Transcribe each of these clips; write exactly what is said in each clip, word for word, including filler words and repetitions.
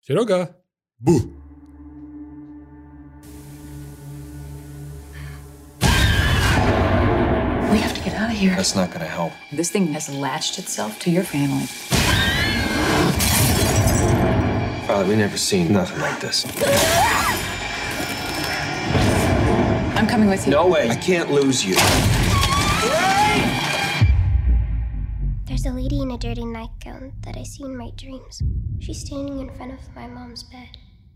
Серега! Бу! We have to get out of here. That's not gonna help. This thing has latched itself to your family. Father, we never seen nothing like this. I'm coming with you. No way. I can't lose you. There's a lady in a dirty nightgown that I see in my dreams. She's standing in front of my mom's bed.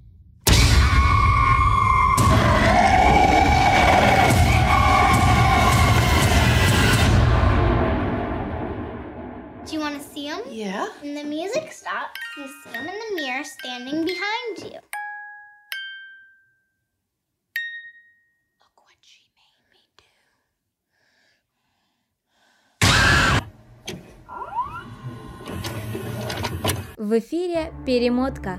Do you want to see him? Yeah? When the music stops, you see him in the mirror standing behind you. Look what she made me do. В эфире перемотка.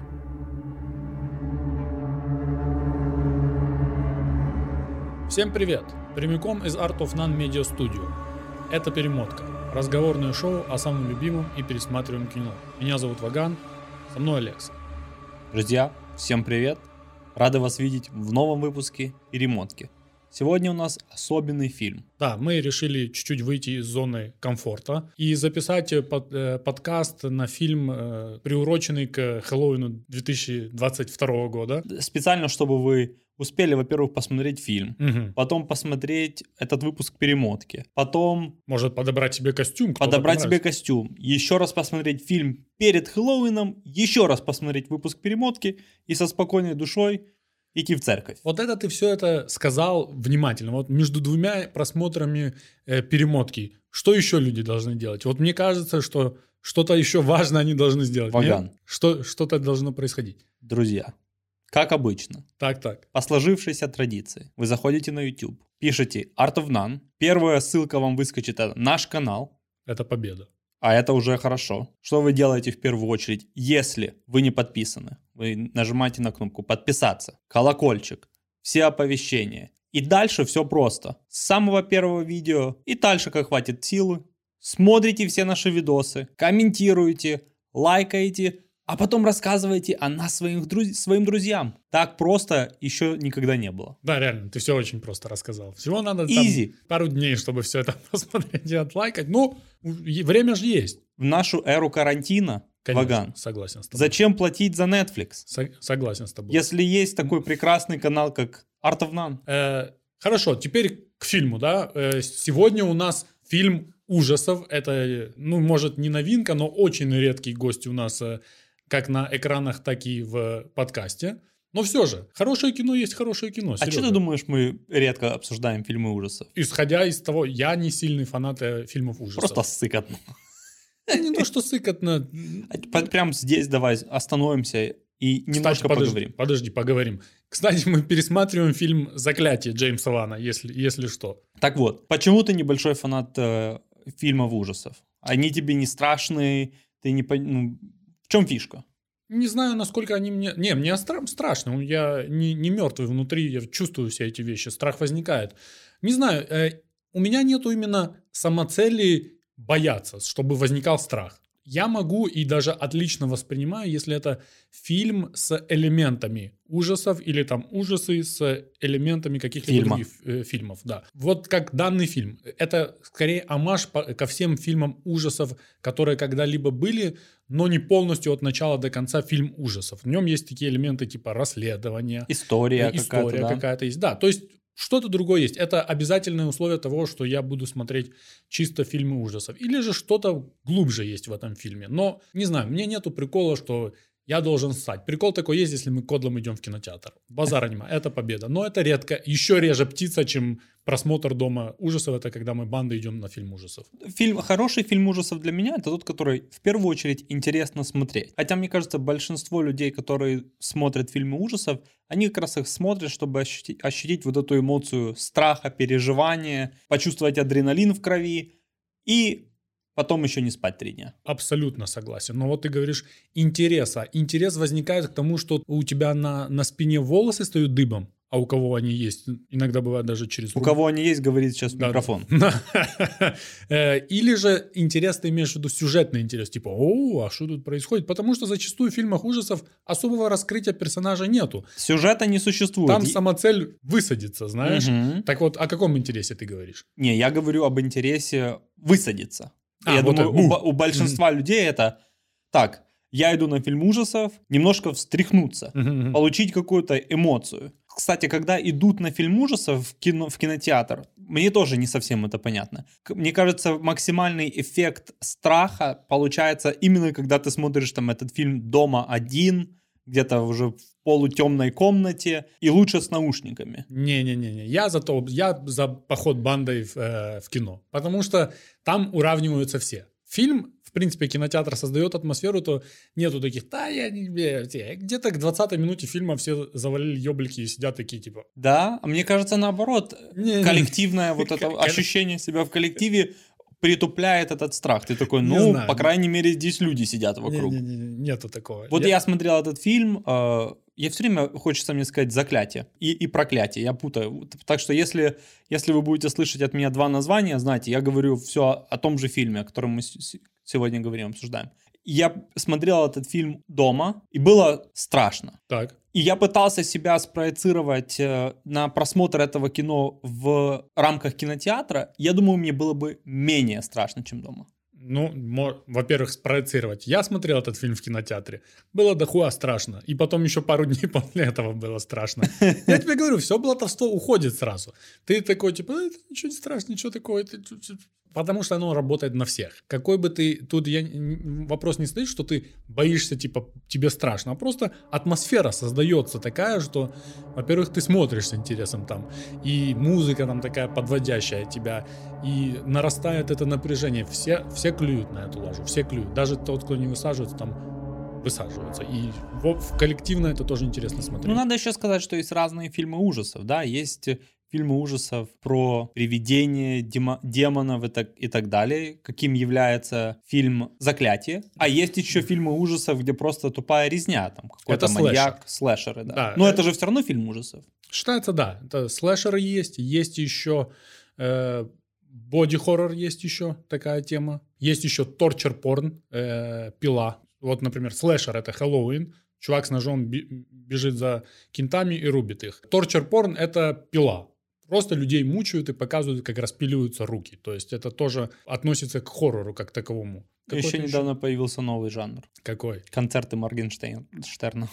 Всем привет! Прямиком из Art of None Media Studio. Это перемотка. Разговорное шоу о самом любимом и пересматриваемом кино. Меня зовут Ваган, со мной Алекса. Друзья, всем привет! Рады вас видеть в новом выпуске перемотки. Сегодня у нас особенный фильм. Да, мы решили чуть-чуть выйти из зоны комфорта и записать под, э, подкаст на фильм, э, приуроченный к Хэллоуину две тысячи двадцать второго года. Специально, чтобы вы успели, во-первых, посмотреть фильм, Угу. потом посмотреть этот выпуск перемотки, потом Может подобрать себе костюм. кто подобрать как себе нравится. костюм, еще раз посмотреть фильм перед Хэллоуином, еще раз посмотреть выпуск перемотки и со спокойной душой идти в церковь. Вот это ты все это сказал внимательно. Вот между двумя просмотрами э, перемотки. Что еще люди должны делать? Вот мне кажется, что что-то еще важное они должны сделать. Ваган. Нет? Что, что-то должно происходить. Друзья, как обычно, Так, так. по сложившейся традиции, вы заходите на YouTube, пишите Art of None, первая ссылка вам выскочит, это наш канал, Это победа. а это уже хорошо. Что вы делаете в первую очередь, если вы не подписаны? Вы нажимаете на кнопку «Подписаться», колокольчик, все оповещения. И дальше все просто. С самого первого видео и дальше, как хватит силы, смотрите все наши видосы, комментируете, лайкаете, а потом рассказывайте о нас своим, друз- своим друзьям. Так просто еще никогда не было. Да, реально, ты все очень просто рассказал. Всего надо там Easy. пару дней, чтобы все это посмотреть и отлайкать. Ну, и время же есть. В нашу эру карантина, Конечно, Ваган, согласен с тобой. зачем платить за Netflix? Со- согласен с тобой. Если есть такой прекрасный канал, как Art of None. Э, хорошо, теперь к фильму, да. Э, сегодня у нас фильм ужасов. Это, ну, может, не новинка, но очень редкий гость у нас э, как на экранах, так и в подкасте. Но все же, хорошее кино есть хорошее кино. А Серёга. что ты думаешь, мы редко обсуждаем фильмы ужасов? Исходя из того, я не сильный фанат э, фильмов ужасов. Просто сыкотно. Не то, что сыкотно. П- Прям здесь давай остановимся и немножко Кстати, подожди, поговорим. Подожди, поговорим. Кстати, мы пересматриваем фильм «Заклятие» Джеймса Вана, если, если что. Так вот, почему ты небольшой фанат э, фильмов ужасов? Они тебе не страшные, ты не... пон- Ну, в чем фишка? Не знаю, насколько они мне... Не, мне стра- страшно. Я не, не мертвый внутри, я чувствую все эти вещи. Страх возникает. Не знаю, э, у меня нету именно самоцели бояться, чтобы возникал страх. Я могу и даже отлично воспринимаю, если это фильм с элементами ужасов или там ужасы с элементами каких-либо Фильма. других э, фильмов. Да. Вот как данный фильм. Это скорее омаж по- ко всем фильмам ужасов, которые когда-либо были, но не полностью от начала до конца фильм ужасов. В нем есть такие элементы типа расследования, История, э, история какая-то, да? какая-то есть. Да, то есть что-то другое есть. Это обязательное условие того, что я буду смотреть чисто фильмы ужасов. Или же что-то глубже есть в этом фильме. Но, не знаю, мне нету прикола, что я должен ссать. Прикол такой есть, если мы кодлом идем в кинотеатр. Базара нема, это победа. Но это редко, еще реже птица, чем просмотр дома ужасов. Это когда мы бандой идем на фильм ужасов. Фильм, хороший фильм ужасов для меня — это тот, который в первую очередь интересно смотреть. Хотя, мне кажется, большинство людей, которые смотрят фильмы ужасов, они как раз их смотрят, чтобы ощутить, ощутить вот эту эмоцию страха, переживания, почувствовать адреналин в крови и потом еще не спать три дня. Абсолютно согласен. Но вот ты говоришь интереса. Интерес возникает к тому, что у тебя на, на спине волосы стоят дыбом. а у кого они есть, иногда бывает даже через... У руб- кого они есть, говорит сейчас в Да. микрофон. Э, Или же интерес, ты имеешь в виду сюжетный интерес, типа, о, а что тут происходит? Потому что зачастую в фильмах ужасов особого раскрытия персонажа нету. Сюжета не существует. Там И- сама цель высадиться, знаешь? Мгм. Так вот, о каком интересе ты говоришь? Не, я говорю об интересе высадиться. А, я вот думаю, это, у, у. бо- у большинства людей это так. Я иду на фильм ужасов, немножко встряхнуться, Мгм. получить какую-то эмоцию. Кстати, когда идут на фильм ужасов в, кино, в кинотеатр, мне тоже не совсем это понятно. К- Мне кажется, максимальный эффект страха получается именно когда ты смотришь там этот фильм дома один, где-то уже в полутемной комнате, и лучше с наушниками. Не-не-не, я за то, я за поход бандой в, э, в кино, потому что там уравниваются все. Фильм, в принципе, кинотеатр создает атмосферу, то нету таких, да, я не, бля, те». Где-то к двадцатой минуте фильма все завалили ёблики и сидят такие, типа, Да, а мне кажется, наоборот, Не-не. коллективное вот это Кол- ощущение себя в коллективе притупляет этот страх. Ты такой, Не ну, знаю. по крайней мере, здесь люди сидят вокруг. не-не-не, нету такого. Вот я... смотрел этот фильм, э, я все время, хочется мне сказать, заклятие и, и проклятие, я путаю. Так что если, если вы будете слышать от меня два названия, знаете, я говорю все о том же фильме, о котором мы с- с- сегодня говорим, обсуждаем. Я смотрел этот фильм дома, и было страшно. Так, И я пытался себя спроецировать э, на просмотр этого кино в рамках кинотеатра. Я думаю, мне было бы менее страшно, чем дома. ну, мо- во-первых, спроецировать. Я смотрел этот фильм в кинотеатре. Было дохуя страшно. И потом еще пару дней после этого было страшно. Я тебе говорю, все баловство уходит сразу. Ты такой, типа, «Э, это ничего не страшно, ничего такого. это чё- чё». Потому что оно работает на всех. Какой бы ты... Тут я, н- вопрос не стоит, что ты боишься, типа, тебе страшно. А просто атмосфера создается такая, что, во-первых, ты смотришь с интересом там. И музыка там такая подводящая тебя. И нарастает это напряжение. Все, все клюют на эту лажу. Все клюют. Даже тот, кто не высаживается, там высаживается. И в, в коллективно это тоже интересно смотреть. Ну, надо еще сказать, что есть разные фильмы ужасов, да, есть фильмы ужасов про привидения, демо- демонов и так, и так далее, каким является фильм «Заклятие». А есть еще фильмы ужасов, где просто тупая резня, там какой-то Это маньяк, слэшеры, да. Да, Но э- это же все равно фильм ужасов. Считается, да. Это слэшеры есть. Есть еще э, боди-хоррор есть еще такая тема. Есть еще торчер-порн, э, пила. Вот, например, слэшер — это Хэллоуин. Чувак с ножом би- бежит за кентами и рубит их. Торчер-порн — это пила. Просто людей мучают и показывают, как распиливаются руки. То есть это тоже относится к хоррору как таковому. Какой Еще ты недавно появился новый жанр. Какой? Концерты Моргенштерна.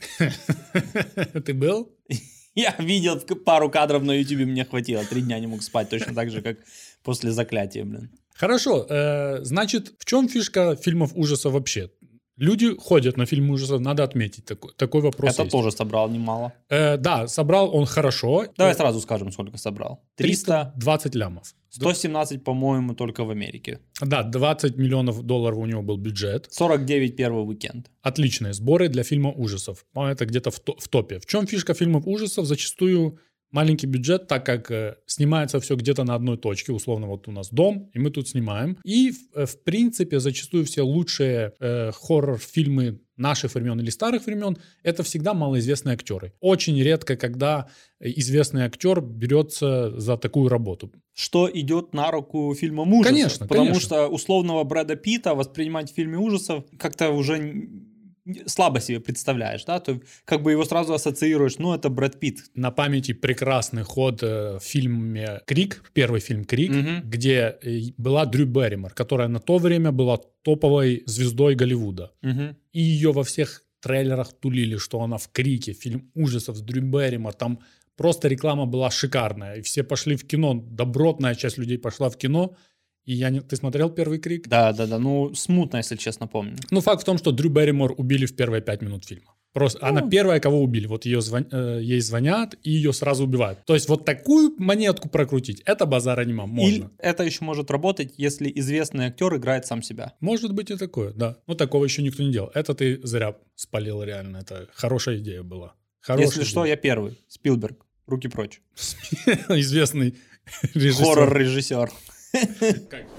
Ты был? Я видел пару кадров на ютубе, мне хватило. Три дня не мог спать, точно так же, как после «Заклятия», блин. Хорошо, э, значит, в чем фишка фильмов ужасов вообще? Люди ходят на фильмы ужасов, надо отметить такой, такой вопрос. Это есть. тоже собрал немало. Э, да, собрал он хорошо. Давай сразу скажем, сколько собрал. триста, двадцать лямов. сто семнадцать, по-моему, только в Америке. Да, двадцать миллионов долларов у него был бюджет. сорок девять первый уикенд. Отличные сборы для фильма ужасов. Ну, это где-то в, то- в топе. В чем фишка фильмов ужасов? Зачастую маленький бюджет, так как э, снимается все где-то на одной точке. Условно, вот у нас дом, и мы тут снимаем. И, в, э, в принципе, зачастую все лучшие э, хоррор-фильмы наших времен или старых времен — это всегда малоизвестные актеры. Очень редко, когда известный актер берется за такую работу. Что идет на руку фильмам ужасов. Конечно, Потому конечно. что условного Брэда Питта воспринимать в фильме ужасов как-то уже н- слабо себе представляешь, да? То как бы его сразу ассоциируешь, ну, это Брэд Питт. На памяти прекрасный ход э, в фильме «Крик», первый фильм «Крик», Мгм. где э, была Дрю Берримор, которая на то время была топовой звездой Голливуда. Мгм. И ее во всех трейлерах тулили, что она в «Крике», фильм ужасов с Дрю Берримор. Там просто реклама была шикарная. И все пошли в кино. Добротная часть людей пошла в кино. И я не... Ты смотрел первый «Крик»? Да, да, да. Ну, смутно, если честно помню. Ну, факт в том, что Дрю Берримор убили в первые пять минут фильма. Просто Ну. она первая, кого убили. Вот ее звон... э, ей звонят, и ее сразу убивают. То есть вот такую монетку прокрутить — это базара нема. Можно. Или это еще может работать, если известный актер играет сам себя. Может быть и такое, да. Но такого еще никто не делал. Это ты зря спалил реально. Это хорошая идея была. Хорошая Если что, я первый. Спилберг. Руки прочь. Известный режиссер. Хоррор-режиссер.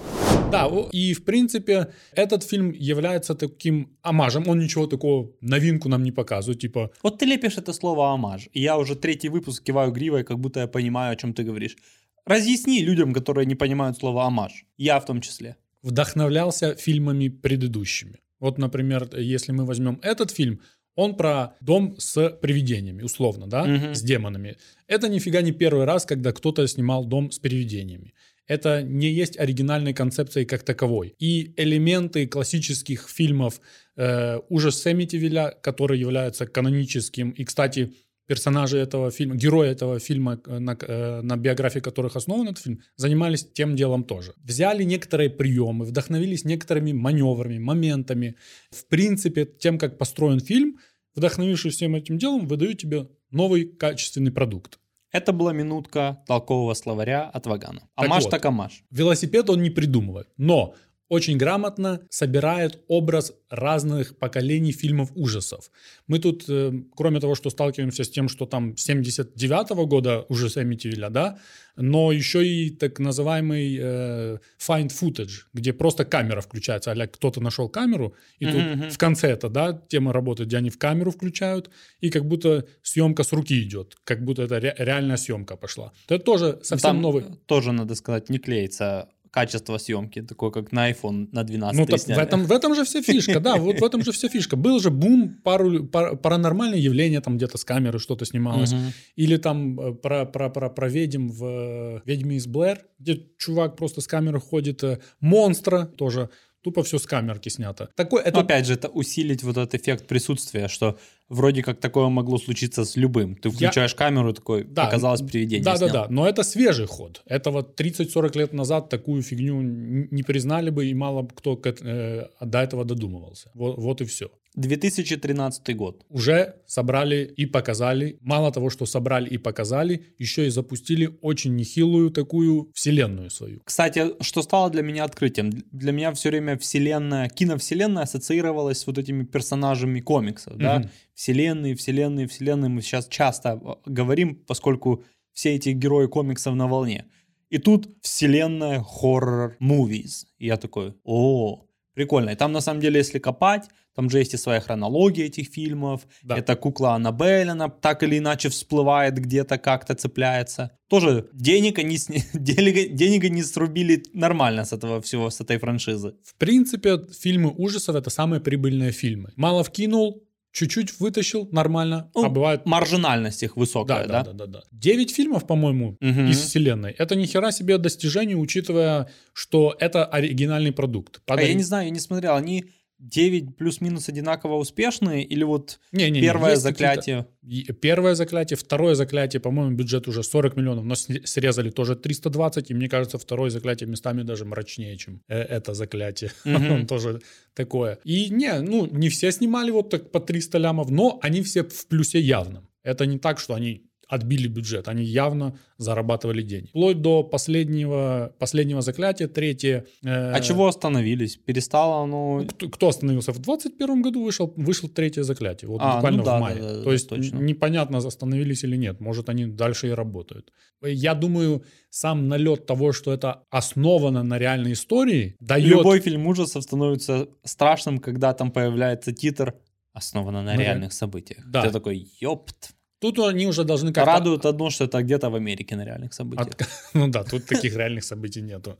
Да, о- и в принципе этот фильм является таким омажем. Он ничего такого, новинку нам не показывает. Типа, Вот ты лепишь это слово «омаж», и я уже третий выпуск киваю гривой, как будто я понимаю, о чем ты говоришь. Разъясни людям, которые не понимают слово «омаж». Я в том числе. вдохновлялся фильмами предыдущими. Вот, например, если мы возьмем этот фильм, он про дом с привидениями, условно, да, Мгм. с демонами. Это нифига не первый раз, когда кто-то снимал дом с привидениями. Это не есть оригинальной концепцией как таковой. И элементы классических фильмов э, ужас Эмитивилля, который является каноническим, и, кстати, персонажи этого фильма, герои этого фильма, э, на, э, на биографии которых основан этот фильм, занимались тем делом тоже. Взяли некоторые приемы, вдохновились некоторыми маневрами, моментами. В принципе, тем, как построен фильм, вдохновившись всем этим делом, выдают тебе новый качественный продукт. Это была минутка толкового словаря от Вагана. Так Амаш вот. так амаш. Велосипед он не придумывает, но очень грамотно собирает образ разных поколений фильмов ужасов. Мы тут, э, кроме того, что сталкиваемся с тем, что там семьдесят девятого года ужас Эмитивилля, да, но еще и так называемый э, find footage, где просто камера включается, а кто-то нашел камеру, и Мгм, тут мгм. в конце это, да, тема работает, где они в камеру включают, и как будто съемка с руки идет, как будто это ре- реальная съемка пошла. Это тоже совсем Там новый. тоже, надо сказать, не клеится качество съемки, такое как на iPhone на двенадцать Ну, так в, сняли. этом, в этом же вся фишка, да, вот в этом же вся фишка. Был же бум, пару, пар- паранормальное явление, там где-то с камеры что-то снималось. Мгм. Или там э, про, про, про, про ведьм в э, «Ведьме из Блэр», где чувак просто с камеры ходит, э, «Монстра» тоже, тупо все с камерки снято. Такой, это Но опять же, это усилить вот этот эффект присутствия, что вроде как такое могло случиться с любым. Ты включаешь камеру, такой, Да, оказалось, привидение Да, да, снял. да, но это свежий ход. Это вот тридцать-сорок лет назад такую фигню н- не признали бы, и мало кто к эт- э, до этого додумывался. Вот, вот и все. две тысячи тринадцатый год. Уже собрали и показали. Мало того, что собрали и показали, еще и запустили очень нехилую такую вселенную свою. Кстати, что стало для меня открытием? Для меня все время вселенная, киновселенная ассоциировалась с вот этими персонажами комиксов, да? Мгм. Вселенные, вселенные, вселенные. Мы сейчас часто э, говорим, поскольку все эти герои комиксов на волне. И тут вселенная хоррор-мувиз. И я такой, о, прикольно. И там, на самом деле, если копать, там же есть и своя хронология этих фильмов. Да. Это кукла Аннабель, она так или иначе всплывает где-то, как-то цепляется. Тоже денег они, сни- денег, денег они срубили нормально с этого всего, с этой франшизы. В принципе, фильмы ужасов — это самые прибыльные фильмы. Мало вкинул, чуть-чуть вытащил, нормально. Ну, а бывает... маржинальность их высокая, Да, да? да, да, да, да. Девять фильмов, по-моему, Мгм. из вселенной. Это ни хера себе достижение, учитывая, что это оригинальный продукт. А я не знаю, я не смотрел, они девять плюс-минус одинаково успешные или вот Не-не-не, первое есть заклятие? И Первое заклятие, второе заклятие, по-моему, бюджет уже сорок миллионов, но сли- срезали тоже триста двадцать, и мне кажется, второе заклятие местами даже мрачнее, чем э, это заклятие. Мгм. Он тоже такое. И не, ну, не все снимали вот так по триста лямов, но они все в плюсе явном. Это не так, что они отбили бюджет, они явно зарабатывали деньги. Вплоть до последнего, последнего заклятия, третье. э, А чего остановились? Перестало оно... кто, кто остановился? В двадцать первом году вышел, вышло третье заклятие. Вот А, буквально ну да, в мае. да, да, То да, есть точно. н- непонятно, остановились или нет. Может, они дальше и работают. Я думаю, сам налет того, что это основано на реальной истории, дает... Любой фильм ужасов становится страшным, когда там появляется титр «Основано на Ну, реальных событиях». да. Ты такой, ёпт. Тут они уже должны как-то... Радует одно, что это где-то в Америке на реальных событиях. От- Ну да, тут таких реальных событий нету.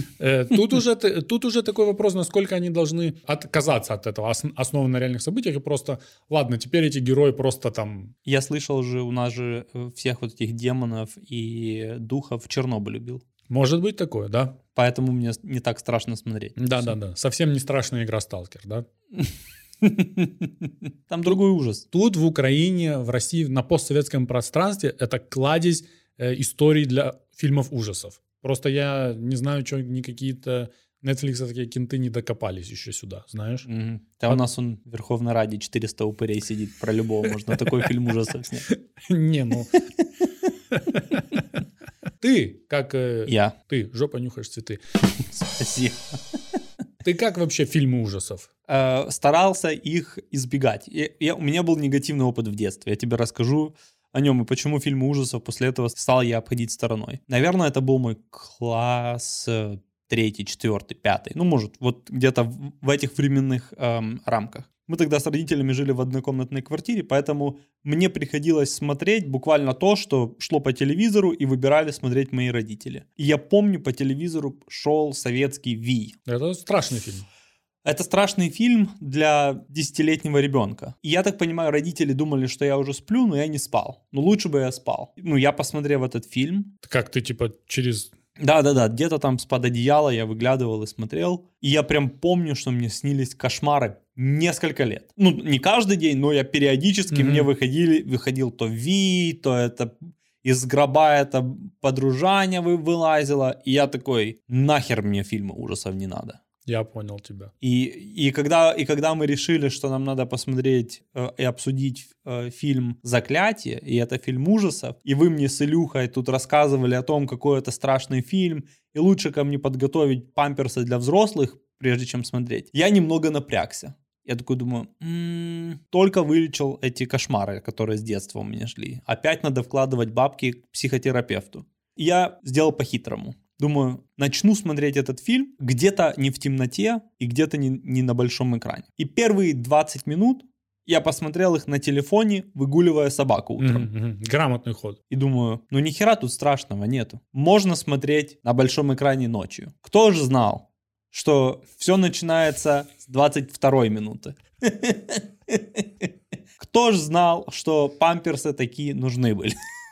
Э, Тут уже, т- тут уже такой вопрос, насколько они должны отказаться от этого, ос- основан на реальных событиях, и просто, ладно, теперь эти герои просто там... Я слышал же, у нас же э, всех вот этих демонов и духов Чернобыль убил. Может быть такое, да? Поэтому мне не так страшно смотреть. Да-да-да. Совсем не страшная игра «Сталкер», да? Там другой ужас. Тут в Украине, в России, на постсоветском пространстве это кладезь э, историй для фильмов ужасов. Просто я не знаю, что ни какие-то Netflix такие кенты не докопались еще сюда, знаешь? Мгм. Там у нас он в Верховной Раде четыреста упырей сидит, про любого можно такой фильм ужасов снять. Не, ну... Ты, как... э, Я. Ты, жопа нюхаешь цветы. Спасибо. Ты как вообще фильмы ужасов? Э, Старался их избегать. Я- я- у меня был негативный опыт в детстве. Я тебе расскажу о нем и почему фильмы ужасов после этого стал я обходить стороной. Наверное, это был мой класс э, третий, четвертый, пятый. Ну, может, вот где-то в, в этих временных эм, рамках. Мы тогда с родителями жили в однокомнатной квартире, поэтому мне приходилось смотреть буквально то, что шло по телевизору и выбирали смотреть мои родители. И я помню, по телевизору шел советский «Вий». Это страшный фильм. Это страшный фильм для десятилетнего ребенка. И я так понимаю, родители думали, что я уже сплю, но я не спал. Но лучше бы я спал. Ну, я посмотрел этот фильм. Как ты, типа, через... Да-да-да, где-то там с-под одеяла я выглядывал и смотрел. И я прям помню, что мне снились кошмары несколько лет. Ну, не каждый день, но я периодически, mm-hmm. мне выходили, выходил то Ви, то это из гроба это подружание вы- вылазило. И я такой, нахер мне фильмы ужасов не надо. Я понял тебя. И, и, когда, и когда мы решили, что нам надо посмотреть э, и обсудить э, фильм «Заклятие», и это фильм ужасов, и вы мне с Илюхой тут рассказывали о том, какой это страшный фильм, и лучше ко мне подготовить памперсы для взрослых, прежде чем смотреть, я немного напрягся. Я такой думаю, м-м, только вылечил эти кошмары, которые с детства у меня шли. Опять надо вкладывать бабки к психотерапевту. И я сделал по-хитрому. Думаю, начну смотреть этот фильм где-то не в темноте и где-то не, не на большом экране. И первые двадцать минут я посмотрел их на телефоне, выгуливая собаку утром. Mm-hmm. Грамотный ход. И думаю, ну ни хера тут страшного нету. Можно смотреть на большом экране ночью. Кто же знал, что все начинается с двадцать второй минуты? Кто же знал, что памперсы такие нужны были?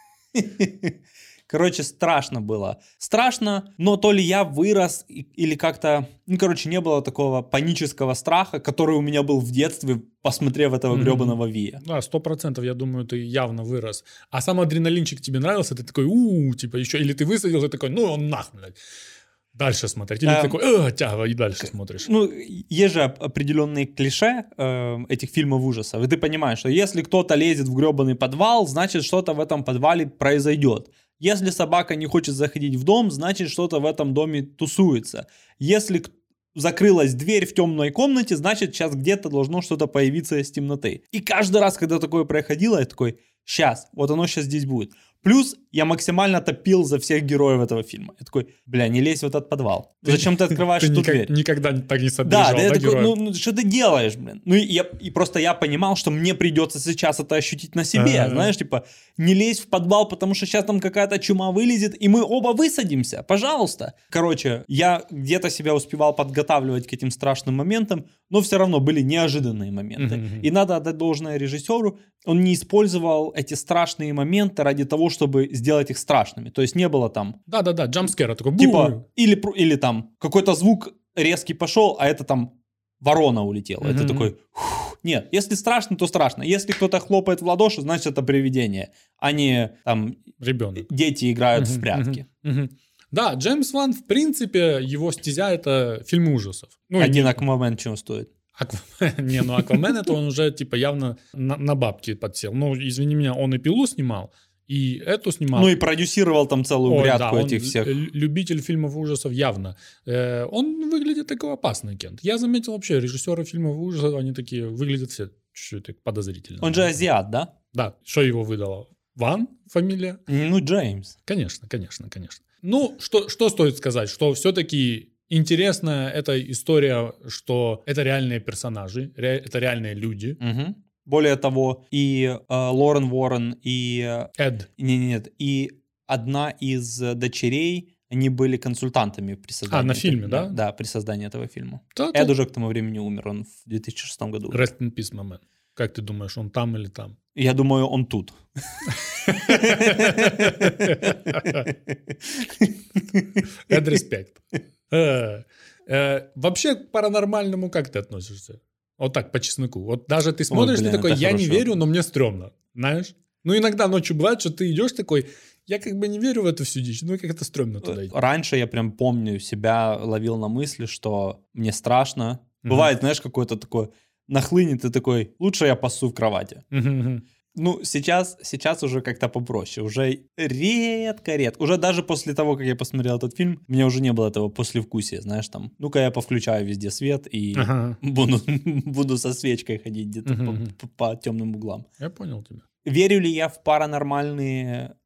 Короче, страшно было. Страшно, но то ли я вырос, или как-то... Ну, короче, не было такого панического страха, который у меня был в детстве, посмотрев этого mm-hmm. гребаного Вия. Да, сто процентов, я думаю, ты явно вырос. А сам адреналинчик тебе нравился? Ты такой, у типа еще... Или ты высадил, ты такой, ну, он нахуй, блядь. Дальше смотреть. Или а, ты такой, тяга, и дальше смотришь. Ну, есть же определенные клише э, этих фильмов ужасов. И ты понимаешь, что если кто-то лезет в гребаный подвал, значит, что-то в этом подвале произойдет. Если собака не хочет заходить в дом, значит, что-то в этом доме тусуется. Если закрылась дверь в темной комнате, значит, сейчас где-то должно что-то появиться из темноты. И каждый раз, когда такое происходило, я такой, сейчас, вот оно сейчас здесь будет. Плюс я максимально топил за всех героев этого фильма. Я такой, бля, не лезь в этот подвал. Ты, Зачем ты открываешь ты эту никак, дверь? Никогда так не соображал, да, да, я да, такой, героев? ну, ну что ты делаешь, блин? Ну и, я, и просто я понимал, что мне придется сейчас это ощутить на себе. А-а-а. Знаешь, типа, не лезь в подвал, потому что сейчас там какая-то чума вылезет, и мы оба высадимся, пожалуйста. Короче, я где-то себя успевал подготавливать к этим страшным моментам, но все равно были неожиданные моменты. Mm-hmm. И надо отдать должное режиссеру, он не использовал эти страшные моменты ради того, чтобы сделать их страшными. То есть не было там... Да-да-да, джампскера такой... Типа, или, или там какой-то звук резкий пошел, а это там ворона улетела. Mm-hmm. Это такой... Фух. Нет, если страшно, то страшно. Если кто-то хлопает в ладоши, значит это привидение, а не там... Ребенок. Дети играют Mm-hmm. в прятки. Mm-hmm. Да, Джеймс Ван, в принципе, его стезя — это фильм ужасов. Ну, Один и... Аквамен чего стоит? Аквамен, не, ну Аквамен это он уже типа явно на, на бабки подсел. Ну, извини меня, он и Пилу снимал, и эту снимал. Ну и продюсировал там целую Ой, грядку да, этих он всех. Любитель фильмов ужасов явно. Э, он выглядит такой опасный, Кент. Я заметил вообще, режиссеры фильмов ужасов, они такие выглядят все чуть-чуть подозрительно. Он же азиат, да? Да. Что его выдало? Ван фамилия? Ну, Джеймс. Конечно, конечно, конечно. Ну, что, что стоит сказать? Что все-таки... Интересная эта история, что это реальные персонажи, ре, это реальные люди. Угу. Более того, и э, Лорен Уоррен, и... Эд. Нет, нет, и одна из дочерей, они были консультантами при создании... А, на фильме, этого, да? Да, при создании этого фильма. Да, Эд да. уже к тому времени умер, он в две тысячи шестом году. Rest in peace, my man. Как ты думаешь, он там или там? Я думаю, он тут. Эд, респект. Вообще к паранормальному как ты относишься? Вот так, по чесноку. Вот даже ты смотришь, Ой, блин, ты такой, я хорошо. не верю, но мне стрёмно. Знаешь? Ну, иногда ночью бывает, что ты идешь такой, я как бы не верю в эту всю дичь, ну, как это стрёмно туда идти. Раньше я прям помню, себя ловил на мысли, что мне страшно. Мгм. Бывает, знаешь, какое-то такое нахлынет, ты такой, лучше я пасу в кровати. Мгм, мгм. Ну, сейчас, сейчас уже как-то попроще. Уже редко-редко. Уже даже после того, как я посмотрел этот фильм, у меня уже не было этого послевкусия, знаешь, там, ну-ка я повключаю везде свет и Ага. буду, буду со свечкой ходить где-то Мгм, по, мгм. по- по темным углам. Я понял тебя. Верю ли я в паранормальные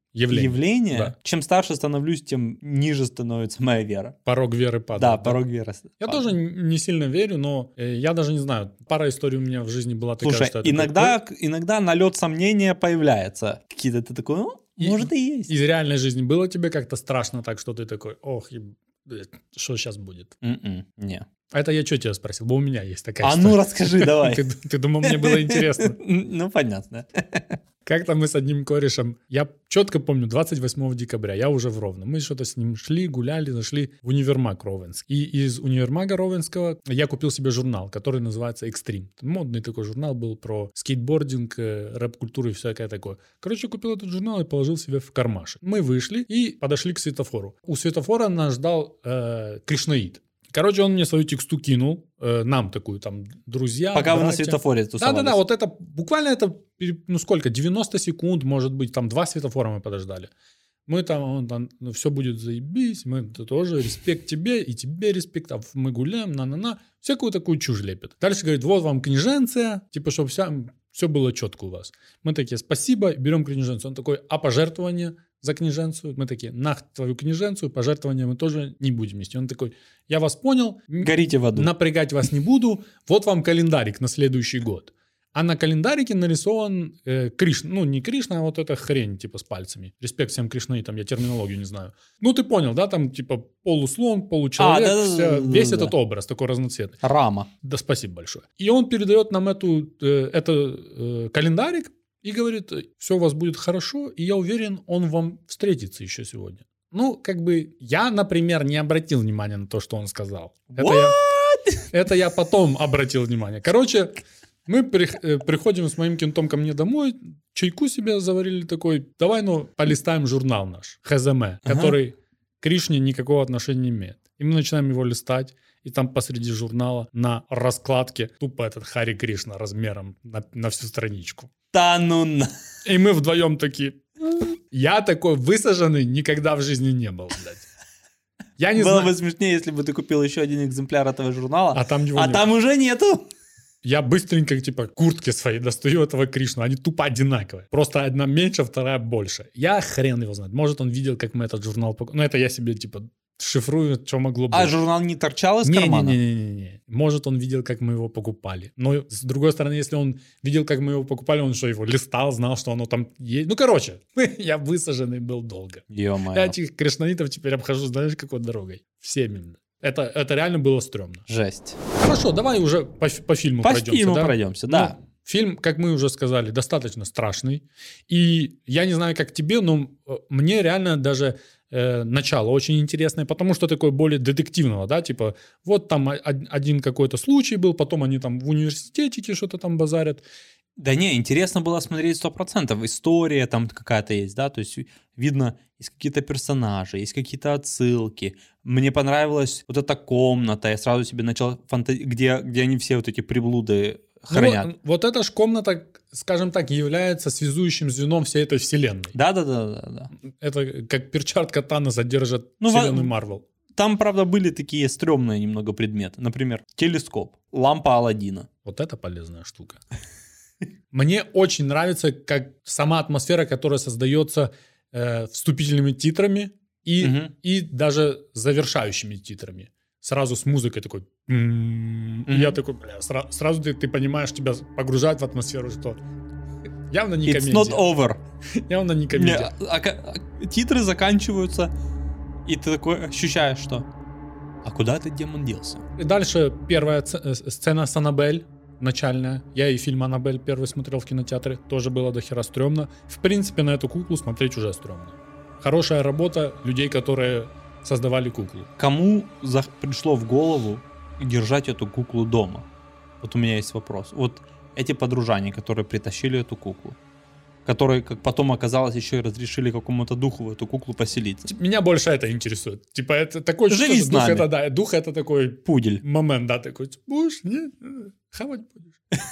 Явление. явление. Да. Чем старше становлюсь, тем ниже становится моя вера. Порог веры падает. Да, порог веры. Я падает. тоже не сильно верю, но э, я даже не знаю. Пара историй у меня в жизни была такая, Слушай, что... это иногда, такой- иногда налет сомнения появляется. Какие-то ты такой, ну, И- может и есть. Из реальной жизни было тебе как-то страшно так, что ты такой, ох, еб- э, что сейчас будет? М-м, Не. А это я что тебя спросил? Бо у меня есть такая А история. ну расскажи, давай. Ты, ты думал, мне было интересно? Ну, понятно. Как-то мы с одним корешем, я четко помню, двадцать восьмого декабря, я уже в Ровно. Мы что-то с ним шли, гуляли, зашли в универмаг Ровенский. И из универмага Ровенского я купил себе журнал, который называется «Экстрим». Модный такой журнал был про скейтбординг, э, рэп-культуру и всякое такое. Короче, купил этот журнал и положил себе в кармашек. Мы вышли и подошли к светофору. У светофора нас ждал э, Кришнаид. Короче, он мне свою тексту кинул, э, нам такую там, друзья, Пока вы на братья. светофоре тусовались. Да-да-да, вот это, буквально это, ну сколько, девяносто секунд, может быть, там два светофора мы подождали. Мы там, он там, ну, все будет заебись, мы это тоже, респект тебе, и тебе респект, а мы гуляем, на-на-на, всякую такую чушь лепит. Дальше говорит, вот вам книженция, типа, чтобы вся, все было четко у вас. Мы такие, спасибо, берем книженцию. Он такой, а пожертвование за книженцию? Мы такие, нах твою книженцию, пожертвования мы тоже не будем нести. Он такой, я вас понял, Горите в аду. напрягать вас не буду, вот вам календарик на следующий год. А на календарике нарисован э, Кришна, ну не Кришна, а вот эта хрень типа с пальцами. Респект всем кришнаитам, я терминологию не знаю. Ну ты понял, да, там типа полуслон, получеловек, А, да, да, вся- да, да, весь да, этот да. образ такой разноцветный. Рама. Да, спасибо большое. И он передает нам эту, э, это э, календарик и говорит, все у вас будет хорошо, и я уверен, он вам встретится еще сегодня. Ну, как бы, я, например, не обратил внимания на то, что он сказал. Это я, это я потом обратил внимание. Короче, мы при- э, приходим с моим кентом ко мне домой, чайку себе заварили такой, давай, ну, полистаем журнал наш, ХЗМ, который к Кришне никакого отношения не имеет. И мы начинаем его листать, и там посреди журнала на раскладке тупо этот Хари Кришна размером на, на всю страничку. Да ну на. И мы вдвоем такие... Я такой высаженный никогда в жизни не был, блядь. Я не Было знаю. бы смешнее, если бы ты купил еще один экземпляр этого журнала, А там его а нет. там уже нету. Я быстренько, типа, куртки свои достаю этого Кришну. Они тупо одинаковые. Просто одна меньше, вторая больше. Я хрен его знает. Может, он видел, как мы этот журнал... пок- Ну, это я себе, типа, шифрую, что могло быть. А журнал не торчал из кармана? Не-не-не. Может, он видел, как мы его покупали. Но, с другой стороны, если он видел, как мы его покупали, он что, его листал, знал, что оно там есть. Ну, короче, я высаженный был долго. Ё-моё. Я этих кришнаитов теперь обхожу, знаешь, какой дорогой? Всеми. Это, это реально было стрёмно. Жесть. Хорошо, давай уже по, фи- по фильму По пройдемся. фильму да? пройдемся, да. Ну, фильм, как мы уже сказали, достаточно страшный. И я не знаю, как тебе, но э, мне реально даже э, начало очень интересное, потому что такое более детективного, да, типа вот там о- один какой-то случай был, потом они там в университете что-то там базарят. Да не, интересно было смотреть сто процентов. История там какая-то есть, да, то есть видно, есть какие-то персонажи, есть какие-то отсылки. Мне понравилась вот эта комната, я сразу себе начал фанта- где, где они все вот эти приблуды Ну, хранят. вот, вот эта ж комната, скажем так, является связующим звеном всей этой вселенной. Да-да-да-да. Это как перчатка Таноса держит Ну, во- вселенную Марвел. Там, правда, были такие стрёмные немного предметы. Например, телескоп, лампа Аладдина. Вот это полезная штука. Мне очень нравится, как сама атмосфера, которая создается э, вступительными титрами и, Мгм. и даже завершающими титрами. Сразу с музыкой такой. «М-м-м». И Мгм. я такой, бля, сра- сразу ты, ты понимаешь, тебя погружают в атмосферу, что явно не It's комедия. not over. Явно не Не, комедия. а- а ка- а- титры заканчиваются, и ты такой ощущаешь, что а куда этот демон делся? И дальше первая ц- э, сцена с Аннабель, начальная. Я и фильм «Аннабель» первый смотрел в кинотеатре. Тоже было дохера стрёмно. В принципе, на эту куклу смотреть уже стрёмно. Хорошая работа людей, которые создавали куклу. Кому за- пришло в голову держать эту куклу дома? Вот у меня есть вопрос. Вот эти подружане, которые притащили эту куклу, которые, как потом оказалось, еще и разрешили какому-то духу в эту куклу поселиться. Меня больше это интересует. Типа, это такой Живи чувство, с что дух нами. это, да, дух это такой Пудель. момент, да, такой, будешь, нет, хавать будешь.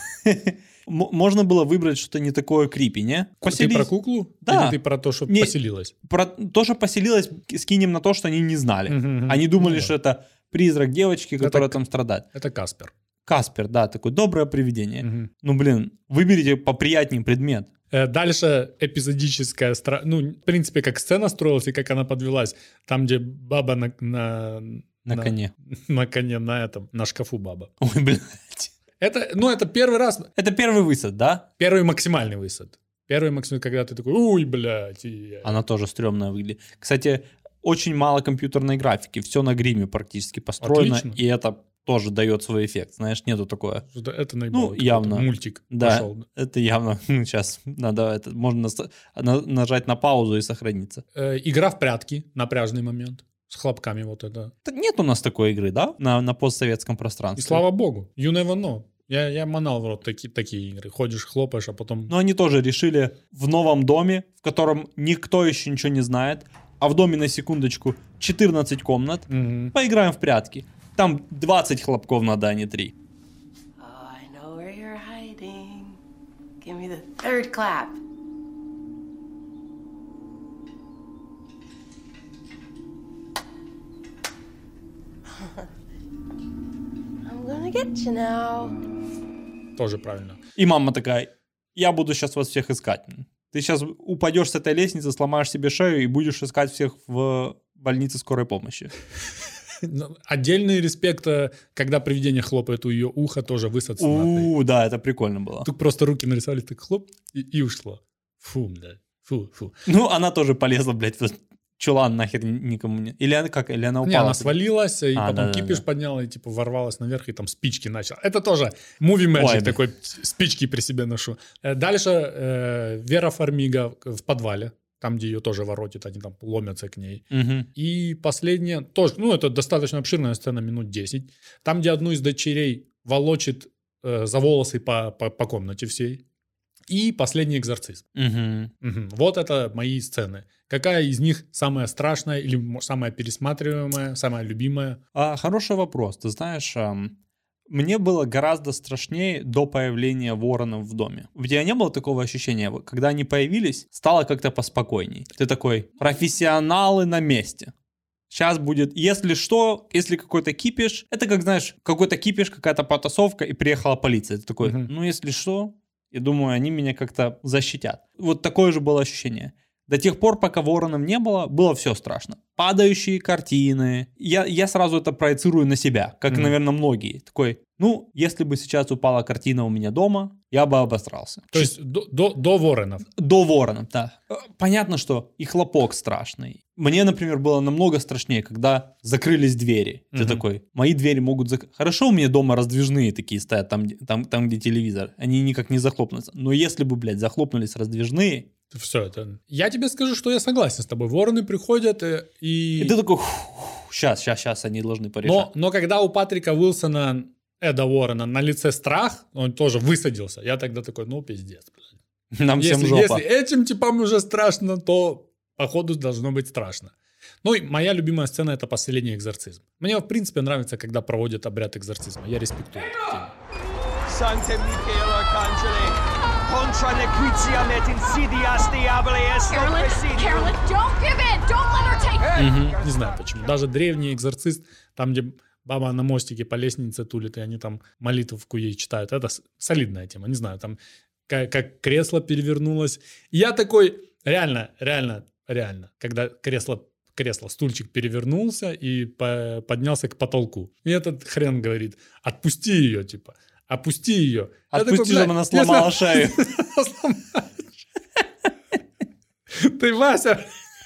М- Можно было выбрать что-то не такое крипи, не? Ты Поселись. про куклу? Да. Или ты про то, что Не- поселилась? Про то, что поселилась, скинем на то, что они не знали. Мгм, мгм. Они думали, Ну, что это призрак девочки, Это которая к- там страдает. Это Каспер. Каспер, да, такое доброе привидение. Мгм. Ну, блин, выберите поприятнее предмет. Э, Дальше эпизодическая, стра- ну, в принципе, как сцена строилась и как она подвелась. Там, где баба на, на, На коне. на коне, на этом, на шкафу баба. Ой, блядь. Это, ну, это первый раз, Это первый высад, да? первый максимальный высад. Первый максимальный, когда ты такой, ой, блядь. и я». Она тоже стрёмная выглядит. Кстати, очень мало компьютерной графики. Все на гриме практически построено. Отлично. И это тоже дает свой эффект. Знаешь, нету такое. Это, это наебало, Ну, какой-то явно. мультик Да, пошел. это явно. Сейчас надо это, можно нас- на- нажать на паузу и сохраниться. Э, Игра в прятки, напряжный момент. С хлопками вот это. Да нет у нас такой игры, да? На, на постсоветском пространстве. И слава богу, you never know. Я, я манал в рот таки, такие игры. Ходишь, хлопаешь, а потом... Но они тоже решили в новом доме, в котором никто еще ничего не знает, а в доме, на секундочку, четырнадцать комнат, Мгм. поиграем в прятки. Там двадцать хлопков надо, а не три. Oh, I know where you're hiding. Give me the third clap. I'm gonna get you now. Тоже правильно. И мама такая, я буду сейчас вас всех искать. Ты сейчас упадешь с этой лестницы, сломаешь себе шею и будешь искать всех в больнице скорой помощи. Ну, Отдельный респект, э, когда привидение хлопает у ее уха, тоже высад снатный. У, да, это прикольно было. Тут просто руки нарисовали, так хлоп, и, и ушло. Фу, да. Фу, фу. Ну, она тоже полезла, блядь, в этот чулан нахер никому не... Или она как? Или она упала? Не, она свалилась, и А, потом да-да-да. кипиш подняла, и типа ворвалась наверх, и там спички начала. Это тоже movie magic, Ой, да. такой спички при себе ношу. Э, Дальше э, Вера Фармига в подвале, там, где ее тоже воротит, они там ломятся к ней. Мгм. И последнее, тоже, ну, это достаточно обширная сцена, минут десять. Там, где одну из дочерей волочит э, за волосы по, по, по комнате всей. И последний экзорцизм. Мгм. Мгм. Вот это мои сцены. Какая из них самая страшная или мо- самая пересматриваемая, самая любимая? А, хороший вопрос. Ты знаешь, ам, мне было гораздо страшнее до появления воронов в доме. У тебя не было такого ощущения? Вот когда они появились, стало как-то поспокойней. Ты такой, профессионалы на месте. Сейчас будет, если что, если какой-то кипиш, это как, знаешь, какой-то кипиш, какая-то потасовка, и приехала полиция. Ты такой, Мгм. ну если что, я думаю, они меня как-то защитят. Вот такое же было ощущение. До тех пор, пока воронов не было, было все страшно. Падающие картины. Я, я сразу это проецирую на себя, как, Мгм. наверное, многие. Такой, ну, если бы сейчас упала картина у меня дома, я бы обосрался. То есть до, до, до воронов. До воронов, да. Э, Понятно, что и хлопок страшный. Мне, например, было намного страшнее, когда закрылись двери. Ты Мгм. такой, мои двери могут закрыть. Хорошо, у меня дома раздвижные такие стоят, там, где- там, там, где телевизор. Они никак не захлопнутся. Но если бы, блядь, захлопнулись раздвижные, Все это. Я тебе скажу, что я согласен с тобой. Вороны приходят э, и... и ты такой, сейчас, сейчас, сейчас они должны порешать. но, но когда у Патрика Уилсона, Эда Уоррена, на лице страх, он тоже высадился. Я тогда такой, ну, пиздец. блядь. Нам всем Если, жопа. если этим типам уже страшно, то походу должно быть страшно. Ну и моя любимая сцена — это последний экзорцизм. Мне, в принципе, нравится, когда проводят обряд экзорцизма. Я респектую эту тему. Sancte Michael Arcangeli, contra nequitiam et insidias diaboli est Carolyn, Carolyn, don't give in. Don't let her take. Не знаю почему. Даже древний экзорцист, там, где баба на мостике по лестнице тулит, и они там молитвку ей читают. Это с- солидная тема. Не знаю, там как, как кресло перевернулось. И я такой, реально, реально, реально, когда кресло кресло, стульчик перевернулся и по- поднялся к потолку. И этот хрен говорит, отпусти ее, типа, опусти ее. Я Отпусти, такой, чтобы «Блядь, она сломала если- шею». Сломала шею. Ты, Вася.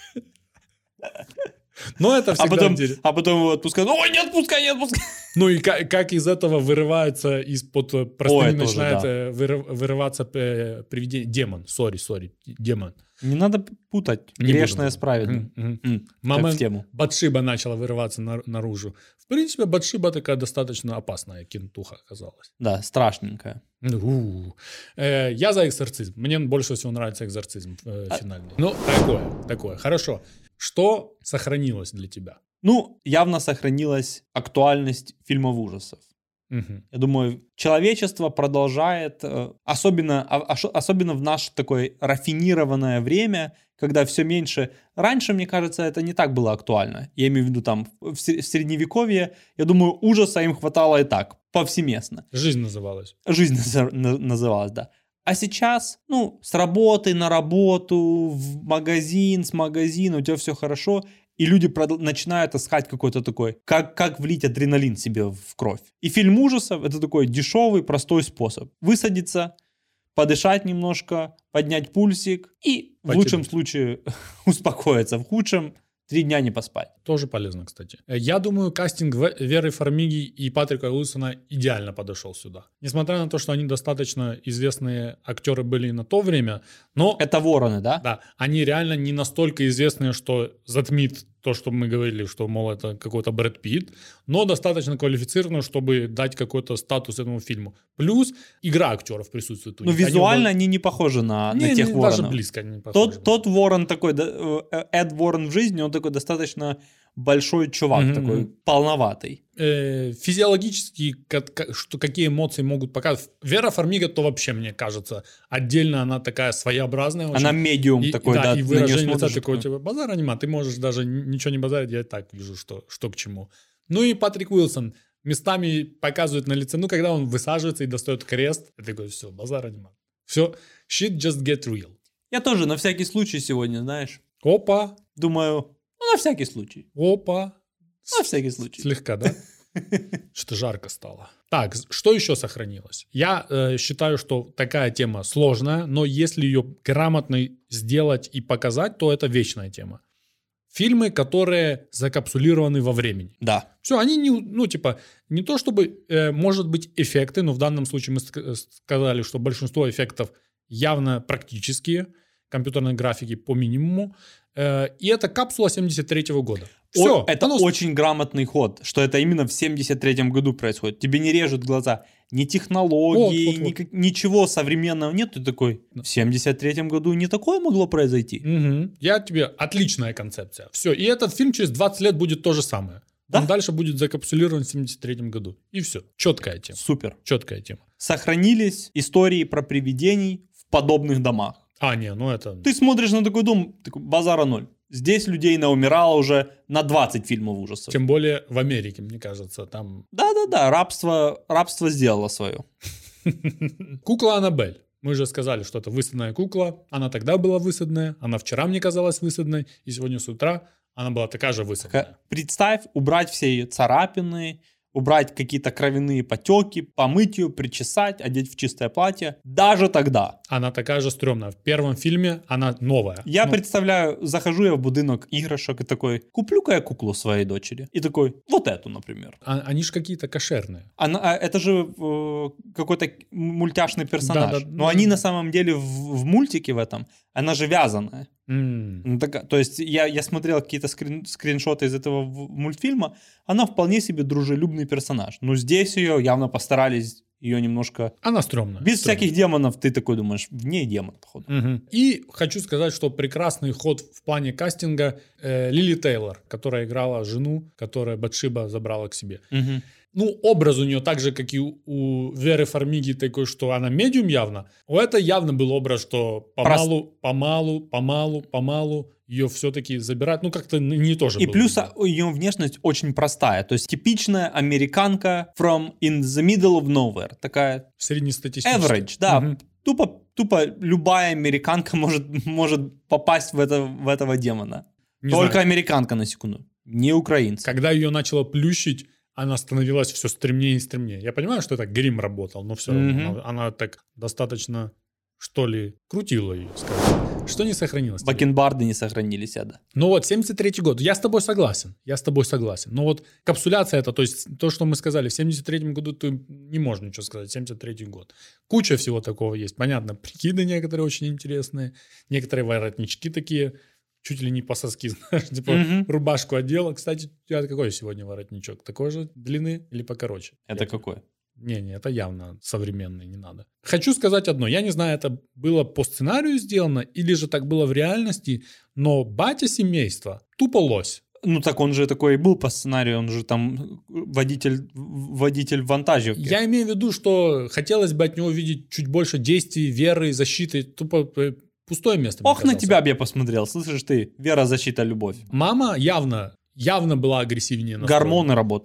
Но это А всегда потом, интересно. а потом его отпускают. Ой, не отпускай, не отпускай. Ну и как, как из этого вырывается, из-под э, простыни Ой, тоже, начинает да. э, выры- вырываться э, привидение. Демон, сори, сори, демон. Не надо путать Не грешное буду. с праведным. Мгм, мгм. М, как Мама в тему. Батшиба начала вырываться на- наружу. В принципе, Батшиба такая достаточно опасная кентуха оказалась. Да, страшненькая. Ну, у. Э, Я за экзорцизм. Мне больше всего нравится экзорцизм э, А финальный. Ну, такое, такое. Хорошо. Что сохранилось для тебя? Ну, явно сохранилась актуальность фильмов ужасов. Мгм. Я думаю, человечество продолжает, э, особенно, а- аш- особенно в наше такое рафинированное время, когда все меньше... Раньше, мне кажется, это не так было актуально. Я имею в виду там в се- в средневековье, я думаю, ужаса им хватало и так, повсеместно. Жизнь называлась. Жизнь наза- на- называлась, да. А сейчас, ну, с работы на работу, в магазин, с магазина, у тебя все хорошо, и люди продл- начинают искать какой-то такой, как, как влить адреналин себе в кровь. И фильм ужасов — это такой дешевый, простой способ. Высадиться, подышать немножко, поднять пульсик и в Потянуть. лучшем случае успокоиться, в худшем три дня не поспать. Тоже полезно, кстати. Я думаю, кастинг В- Веры Фармиги и Патрика Уилсона идеально подошел сюда. Несмотря на то, что они достаточно известные актеры были на то время, но... Это вороны, да? Да, они реально не настолько известные, что затмит то, что мы говорили, что, мол, это какой-то Брэд Питт, но достаточно квалифицированную, чтобы дать какой-то статус этому фильму. Плюс игра актеров присутствует у Ну, них. визуально Они, они не похожи на, не, на тех не, воронов. даже близко не похожи. Тот, тот ворон такой, да, э, Эд Ворон в жизни, он такой достаточно большой чувак, Мгм, такой мгм. полноватый. Э, физиологически, как- как- что, какие эмоции могут показывать. Вера Фармига, то вообще, мне кажется, отдельно она такая своеобразная. очень. Она медиум И, такой, да, да, и на неё выражение лица смотришь, такое, такой, типа, базара нема, ты можешь даже н- ничего не базарить, я и так вижу, что, что к чему. Ну и Патрик Уилсон местами показывает на лице, ну, когда он высаживается и достает крест, я такой, все, базара нема. Все, shit just get real. Я тоже на всякий случай сегодня, знаешь, Опа, думаю, ну, на всякий случай, опа, на всякий случай. слегка, да? Что-то жарко стало. Так, с- что еще сохранилось? Я э, считаю, что такая тема сложная, но если ее грамотно сделать и показать, то это вечная тема. Фильмы, которые закапсулированы во времени. Да. Все, они не, ну, типа, не то чтобы, э, может быть, эффекты, но в данном случае мы ск- сказали, что большинство эффектов явно практические, компьютерной графики по минимуму. Э, и это капсула семьдесят третьего года. Все, О, это очень грамотный ход, что это именно в семьдесят третьем году происходит. Тебе не режут глаза ни технологии, Вот, вот, ни вот. как- ничего современного нет. Ты такой, в семьдесят третьем году не такое могло произойти. Мгм. Я тебе... Отличная концепция. Все. И этот фильм через двадцать лет будет то же самое. Да. Он дальше будет закапсулирован в семьдесят третьем году. И все. Четкая тема. Супер. Четкая тема. Сохранились истории про привидений в подобных домах. А, не, ну это... Ты смотришь на такой дом, такой, базара ноль. Здесь людей наумирало уже на двадцать фильмов ужасов. Тем более в Америке, мне кажется, там... Да-да-да, рабство, рабство сделало свое. Кукла Аннабель. Мы же сказали, что это высадная кукла. Она тогда была высадная, она вчера мне казалась высадной, и сегодня с утра она была такая же высадная. Ка- Представь, убрать все ее царапины, убрать какие-то кровяные потеки, помыть ее, причесать, одеть в чистое платье. Даже тогда. Она такая же стрёмная. В первом фильме она новая. Я Ну, представляю, захожу я в будинок игрушек и такой, куплю-ка я куклу своей дочери. И такой, вот эту, например. а- они же какие-то кошерные. Она, а это же э, какой-то мультяшный персонаж. Да, да, Но да. они на самом деле в, в мультике в этом, она же вязаная. М. Ну, така- то есть я, я смотрел какие-то скрин, скриншоты из этого в- мультфильма, она вполне себе дружелюбный персонаж. Но здесь ее явно постарались ее немножко... Она стрёмная. Без стрёмная. всяких демонов ты такой думаешь, в ней демон, походу. Мгм. И хочу сказать, что прекрасный ход в плане кастинга э, Лили Тейлор, которая играла жену, которая Батшиба забрала к себе. Мгм. Ну, образ у нее так же, как и у, у Веры Фармиги, такой, что она медиум явно. У это явно был образ, что помалу, помалу, помалу, помалу ее все-таки забирают. Ну, как-то не тоже И было плюс видно. а, ее внешность очень простая. То есть типичная американка from in the middle of nowhere. Такая Среднестатистическая. average, да. Мгм. Тупо, тупо любая американка может, может попасть в, это, в этого демона. Не Только знаю, американка, на секунду. Не украинцы. когда ее начало плющить, она становилась все стремнее и стремнее. Я понимаю, что это грим работал, но все равно Мгм. она, она так достаточно, что ли, крутила ее, скажем. Что не сохранилось. тебе? Бакенбарды не сохранились, а, да. Ну вот, семьдесят третий год. Я с тобой согласен. Я с тобой согласен. Но вот капсуляция это, то есть то, что мы сказали, в семьдесят третьем году ты не можешь ничего сказать. семьдесят третий год. Куча всего такого есть. Понятно, прикиды некоторые очень интересные. Некоторые воротнички такие, чуть ли не по соски, знаешь, типа Мгм. рубашку одела. Кстати, у тебя какой сегодня воротничок? Такой же длины или покороче? Это какое? Не-не, это явно современный, не надо. Хочу сказать одно. Я не знаю, это было по сценарию сделано или же так было в реальности, но батя семейства тупо лось. Ну так он же такой и был по сценарию, он же там водитель, водитель вантажівки. Я имею в виду, что хотелось бы от него видеть чуть больше действий, веры, защиты. Тупо э, пустое место. мне Ох, на казалось. тебя б я посмотрел, слышишь ты, вера, защита, любовь. Мама явно, явно была агрессивнее настроена. Гормоны работают.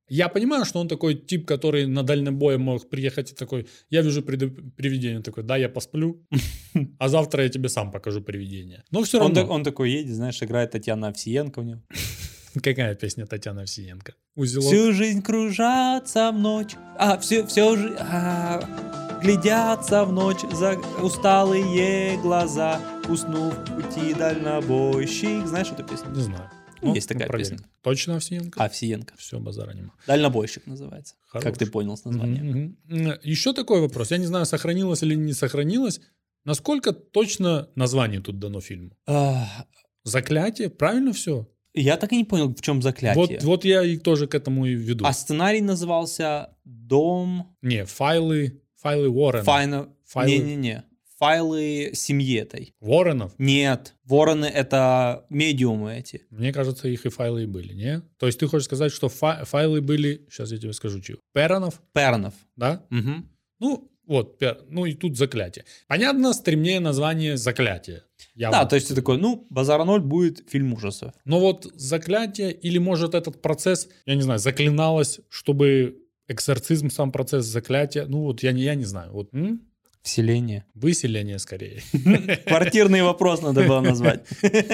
Я понимаю, что он такой тип, который на дальнобой мог приехать и такой, я вижу пред- привидение, такой, да, я посплю, а завтра я тебе сам покажу привидение. Но все Он, равно. так- он такой едет, знаешь, играет Татьяна Овсиенко у него. Какая песня Татьяны Овсиенко? Узелок. Всю жизнь кружатся в ночь, а все, все же а, глядятся в ночь за усталые глаза, уснув в пути дальнобойщик. Знаешь эту песню? Не знаю. Есть такая проверим. песня. Точно Овсиенко? Овсиенко. Все, базара нема. Дальнобойщик называется. Хорош. Как ты понял с названием. Мгм, мгм. Еще такой вопрос. Я не знаю, сохранилось или не сохранилось. Насколько точно название тут дано фильму? А, Заклятие? Правильно все? Я так и не понял, в чем заклятие. Вот, вот я и тоже к этому и веду. А сценарий назывался «Дом Не, файлы, файлы Уоррена. Файна...» Файлы- Не-не-не. Файлы семьи этой. Воронов? Нет, вороны — это медиумы эти. Мне кажется, их и файлы и были, не? То есть ты хочешь сказать, что фа- файлы были, сейчас я тебе скажу, чего, Перонов, Пернов. да? Мгм. Ну, вот, пер- ну и тут заклятие. Понятно, стремнее название заклятие. Я Да, вот- то есть ты такой, ну, базара ноль будет фильм ужасов. Но вот заклятие, или может этот процесс, я не знаю, заклиналось, чтобы экзорцизм, сам процесс заклятия, ну вот я не, я не знаю, вот м? Вселение. выселение скорее. Квартирный вопрос надо было назвать.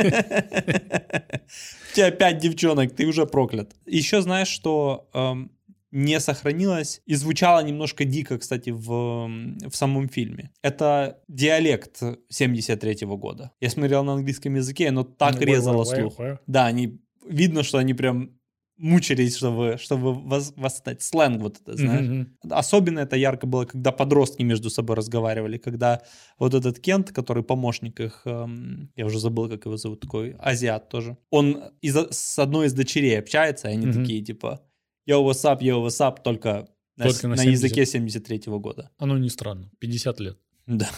У тебя пять девчонок, ты уже проклят. Еще знаешь, что эм, не сохранилось и звучало немножко дико, кстати, в, м, в самом фильме. Это диалект семьдесят третьего года. Я смотрел на английском языке, оно так Ну, резало уэ, уэ, слух. уэ. Да, они видно, что они прям мучились, чтобы, чтобы вос- восстать. Сленг вот это, знаешь. Мгм. Особенно это ярко было, когда подростки между собой разговаривали, когда вот этот Кент, который помощник их, эм, я уже забыл, как его зовут, такой азиат тоже, он из, с одной из дочерей общается, и они Мгм. такие типа «Yo, what's up, yo, what's up», только, на, Только с- на на семьдесят. языке семьдесят третьего года. Оно не странно. пятьдесят лет. Да.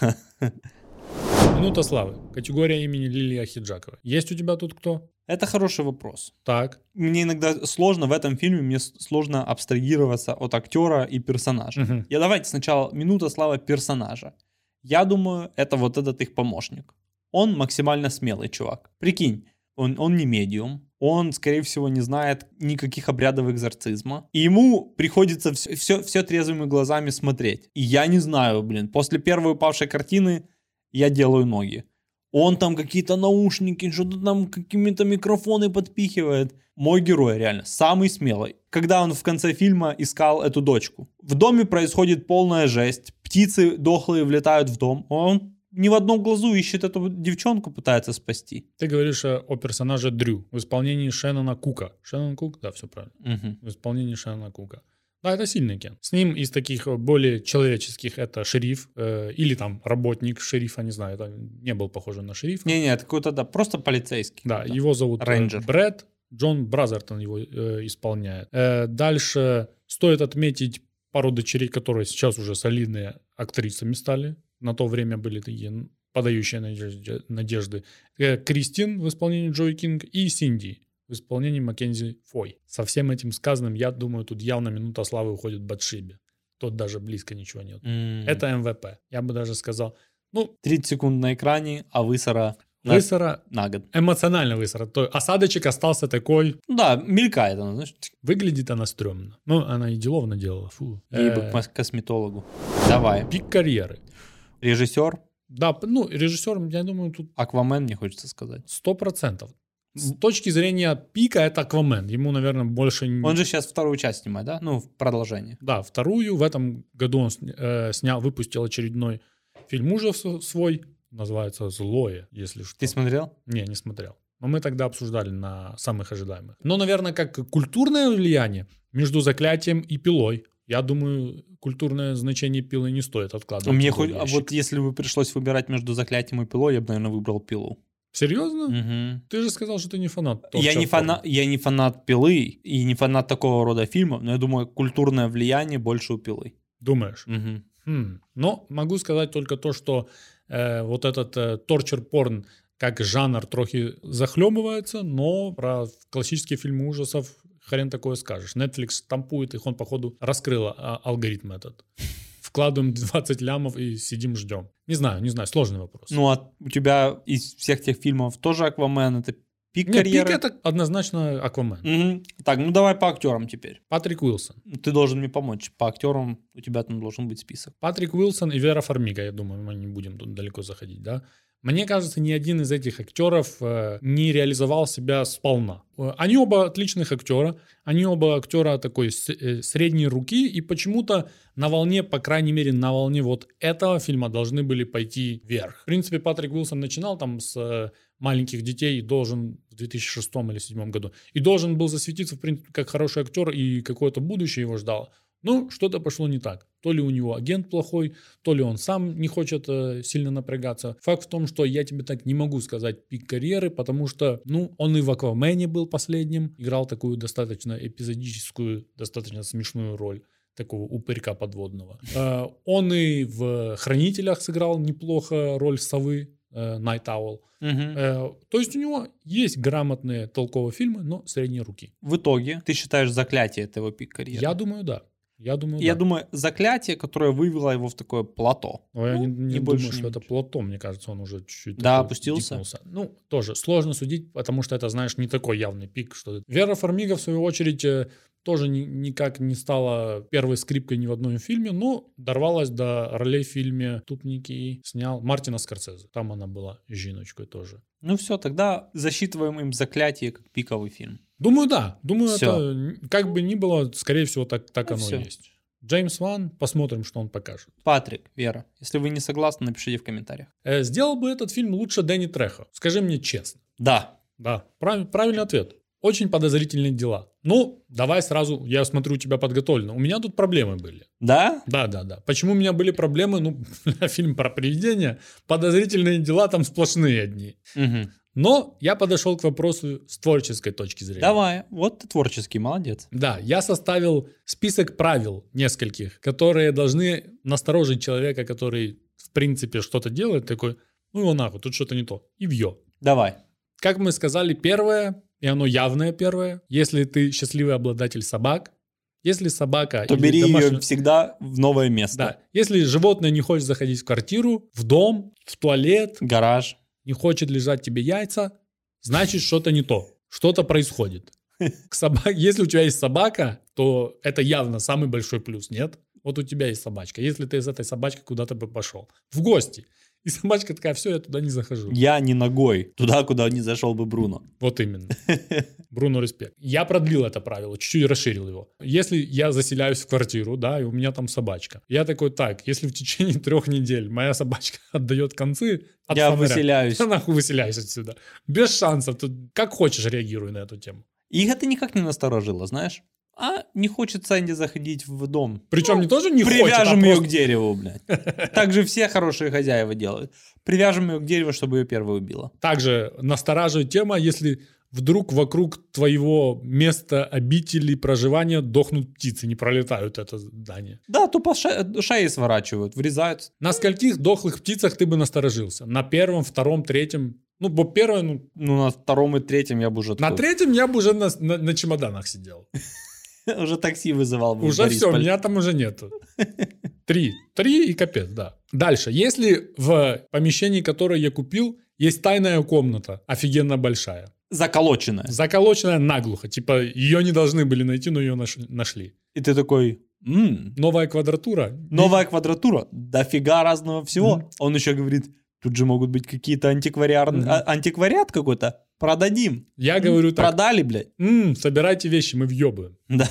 Минута славы. Категория имени Лилии Ахеджаковой. Есть у тебя тут кто? Это хороший вопрос. Так. Мне иногда сложно в этом фильме, мне с- сложно абстрагироваться от актера и персонажа. Мгм. Я давайте сначала минута славы персонажа. Я думаю, это вот этот их помощник. Он максимально смелый чувак. Прикинь, он, он не медиум, он, скорее всего, не знает никаких обрядов экзорцизма. И ему приходится все, все, все трезвыми глазами смотреть. И я не знаю, блин, после первой упавшей картины я делаю ноги. Он там какие-то наушники, что-то там какими-то микрофоны подпихивает. Мой герой реально самый смелый. Когда он в конце фильма искал эту дочку. В доме происходит полная жесть. Птицы дохлые влетают в дом. Он ни в одном глазу ищет эту девчонку, пытается спасти. Ты говоришь о, о персонаже Дрю в исполнении Шеннона Кука. Шеннон Кук? Да, все правильно. Мгм. В исполнении Шеннона Кука. Да, это сильный Кен. С ним из таких более человеческих это шериф э, или там работник шерифа, не знаю, это не был похож на шерифа. Не-не, это какой-то, да, просто полицейский. Да, какой-то. его зовут э, Рейнджер. Брэд. Джон Бразертон его э, исполняет. Э, дальше стоит отметить пару дочерей, которые сейчас уже солидные актрисами стали. На то время были такие подающие надежды. надежды. Э, Кристин в исполнении Джой Кинг и Синди в исполнении Маккензи Фой. Со всем этим сказанным, я думаю, тут явно минута славы уходит Батшибе. Тут даже близко ничего нет. М. Это эм вэ пэ. Я бы даже сказал, ну, тридцать секунд на экране, а высора на, высора, на год. эмоционально высора. То осадочек остался такой. Ну да, мелькает она, знаешь, Выглядит она стрёмно. Ну, она и делов наделала. Фу. ей бы Э, к мас- косметологу. Давай. Пик карьеры. Режиссер, Да, ну, режиссер, я думаю, тут Аквамен, мне хочется сказать. сто процентов. С точки зрения пика это Аквамен. Ему, наверное, больше... не- Он же сейчас вторую часть снимает, да? Ну, в продолжение. Да, вторую. В этом году он сня- э, снял, выпустил очередной фильм ужасов свой. Называется «Злое», если что. Ты смотрел? Не, не смотрел. Но мы тогда обсуждали на самых ожидаемых. Но, наверное, как культурное влияние между «Заклятием» и «Пилой». Я думаю, культурное значение «Пилы» не стоит откладывать. Мне в хоть, а ящик. вот если бы пришлось выбирать между заклятием и пилой, я бы, наверное, выбрал пилу. Серьезно? Мгм. Ты же сказал, что ты не фанат. Я Торча не, фана... я не фанат пилы и не фанат такого рода фильмов, но я думаю, культурное влияние больше у пилы. Думаешь? Мгм. Хм. Но могу сказать только то, что э, вот этот э, торчер-порн как жанр трохи захлебывается, но про классические фильмы ужасов хрен такое скажешь. Netflix штампует их, он, походу, раскрыл а, алгоритм этот. Вкладываем двадцать лямов и сидим ждем. Не знаю, не знаю, сложный вопрос. Ну, а у тебя из всех тех фильмов тоже Аквамен, это Пик Не, карьеры. пик это однозначно Аквамен. Мгм. Так, ну давай по актерам теперь. Патрик Уилсон. Ты должен мне помочь. По актерам у тебя там должен быть список. Патрик Уилсон и Вера Фармига, я думаю, мы не будем тут далеко заходить, да? Мне кажется, ни один из этих актеров э, не реализовал себя сполна. Э, Они оба отличных актера, они оба актера такой с- э, средней руки, и почему-то на волне, по крайней мере, на волне вот этого фильма должны были пойти вверх. В принципе, Патрик Уилсон начинал там с э, маленьких детей, и должен в две тысячи шестом или две тысячи седьмом году, и должен был засветиться, в принципе, как хороший актер, и какое-то будущее его ждало. Ну, что-то пошло не так. То ли у него агент плохой, то ли он сам не хочет э, сильно напрягаться. Факт в том, что я тебе так не могу сказать пик карьеры, потому что, ну, он и в «Аквамене» был последним, играл такую достаточно эпизодическую, достаточно смешную роль такого упырька подводного. Э, он и в «Хранителях» сыграл неплохо роль совы, э, Night Owl. Мгм. Э, то есть у него есть грамотные толковые фильмы, но средней руки. В итоге, ты считаешь «Заклятие» это его пик карьеры? Я думаю, да. Я думаю, Я да. думаю, «Заклятие», которое вывело его в такое плато. Но я Ну, не, не не думаю, больше, что не это меньше. плато, мне кажется, он уже чуть-чуть Да, такой опустился? дипнулся. Ну, тоже сложно судить, потому что это, знаешь, не такой явный пик. Что... Вера Фармига, в свою очередь, э, тоже ни- никак не стала первой скрипкой ни в одном фильме, но дорвалась до ролей в фильме «Тупники», снял Мартина Скорсезе. Там она была жіночкой тоже. Ну все, тогда засчитываем им «Заклятие» как пиковый фильм. Думаю, да. Думаю, Всё. это н- как бы ни было, скорее всего, так, так Ну, оно всё. и есть. Джеймс Ван, посмотрим, что он покажет. Патрик, Вера, если вы не согласны, напишите в комментариях. Э, Сделал бы этот фильм лучше Дэнни Трехо? Скажи мне честно. Да. Да, прав- правильный ответ. Очень подозрительные дела. Ну, давай сразу, я смотрю, у тебя подготовлено. У меня тут проблемы были. Да? Да, да, да. Почему у меня были проблемы? Ну, фильм про привидения. Подозрительные дела там сплошные одни. Мгм. Но я подошел к вопросу с творческой точки зрения. Давай, вот ты творческий, молодец. Да, я составил список правил нескольких, которые должны насторожить человека, который, в принципе, что-то делает, такой, ну его нахуй, тут что-то не то. И вьё. Давай. Как мы сказали, первое, и оно явное первое, если ты счастливый обладатель собак, если собака... То или бери домашняя- ее всегда в новое место. Да, если животное не хочет заходить в квартиру, в дом, в туалет, Гараж. не хочет лежать тебе яйца, значит что-то не то, что-то происходит. К собаке, если у тебя есть собака, то это явно самый большой плюс, нет? Вот у тебя есть собачка. Если ты с этой собачкой куда-то бы пошел, в гости, и собачка такая, все, я туда не захожу. Я не ногой туда, куда не зашел бы Бруно. Вот именно. Бруно респект. Я продлил это правило, чуть-чуть расширил его. Если я заселяюсь в квартиру, да, и у меня там собачка. Я такой, так, если в течение трех недель моя собачка отдает концы от Я фонаря, выселяюсь. я нахуй выселяюсь отсюда. Без шансов. Тут как хочешь реагируй на эту тему. Их это никак не насторожило, знаешь? А не хочет Сэнди заходить в дом. Причем не тоже не хочет, а Привяжем ее просто- к дереву, блядь. Так же все хорошие хозяева делают. Привяжем ее к дереву, чтобы ее первой убило. Также настораживает тема, если вдруг вокруг твоего места обители проживания дохнут птицы, не пролетают это здание. Да, тупо ше- шеи сворачивают, врезаются. На скольких дохлых птицах ты бы насторожился? На первом, втором, третьем? Ну, бо первое, ну, Ну, на втором и третьем я бы уже... на такой- третьем я бы уже на, на- на чемоданах сидел. Уже такси вызывал бы. в Уже все, Борисполь. меня там уже нету. Три. Три и капец, да. Дальше. Если в помещении, которое я купил, есть тайная комната, офигенно большая, Заколоченная. заколоченная наглухо, типа ее не должны были найти, но ее наш- нашли. И ты такой... «М, Новая квадратура. новая квадратура, дофига разного всего». Мгм. Он еще говорит, тут же могут быть какие-то антиквариар... Мгм. а- антиквариат какой-то. Продадим. Я говорю так. Продали, блядь. «М, собирайте вещи, мы въебываем. Да.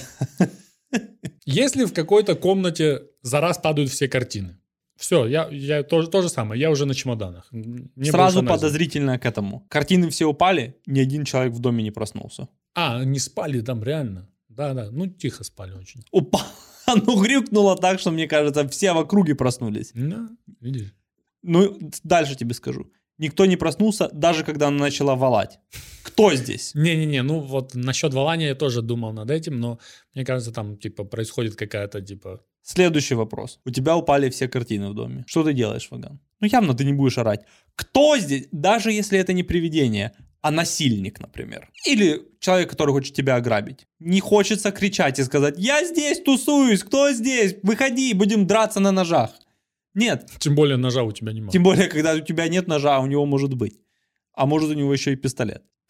Если в какой-то комнате за раз падают все картины. Все, я, я то, то же самое, я уже на чемоданах. Мне Сразу больше на зиму. подозрительно к этому. Картины все упали, ни один человек в доме не проснулся. А, они спали там реально. Да-да, ну тихо спали очень. Упа. Оно грюкнуло так, что, мне кажется, все в округе проснулись. Да, видишь. Ну, дальше тебе скажу. Никто не проснулся, даже когда она начала валать. Кто здесь? Не-не-не, ну вот насчет валания я тоже думал над этим, но мне кажется, там типа происходит какая-то типа... Следующий вопрос. У тебя упали все картины в доме. Что ты делаешь, Ваган? Ну, явно ты не будешь орать. Кто здесь? Даже если это не привидение, а насильник, например. Или человек, который хочет тебя ограбить. Не хочется кричать и сказать: «Я здесь тусуюсь! Кто здесь? Выходи, будем драться на ножах!» Нет. Тем более ножа у тебя нема. Тем более, когда у тебя нет ножа, а у него может быть. А может у него еще и пистолет.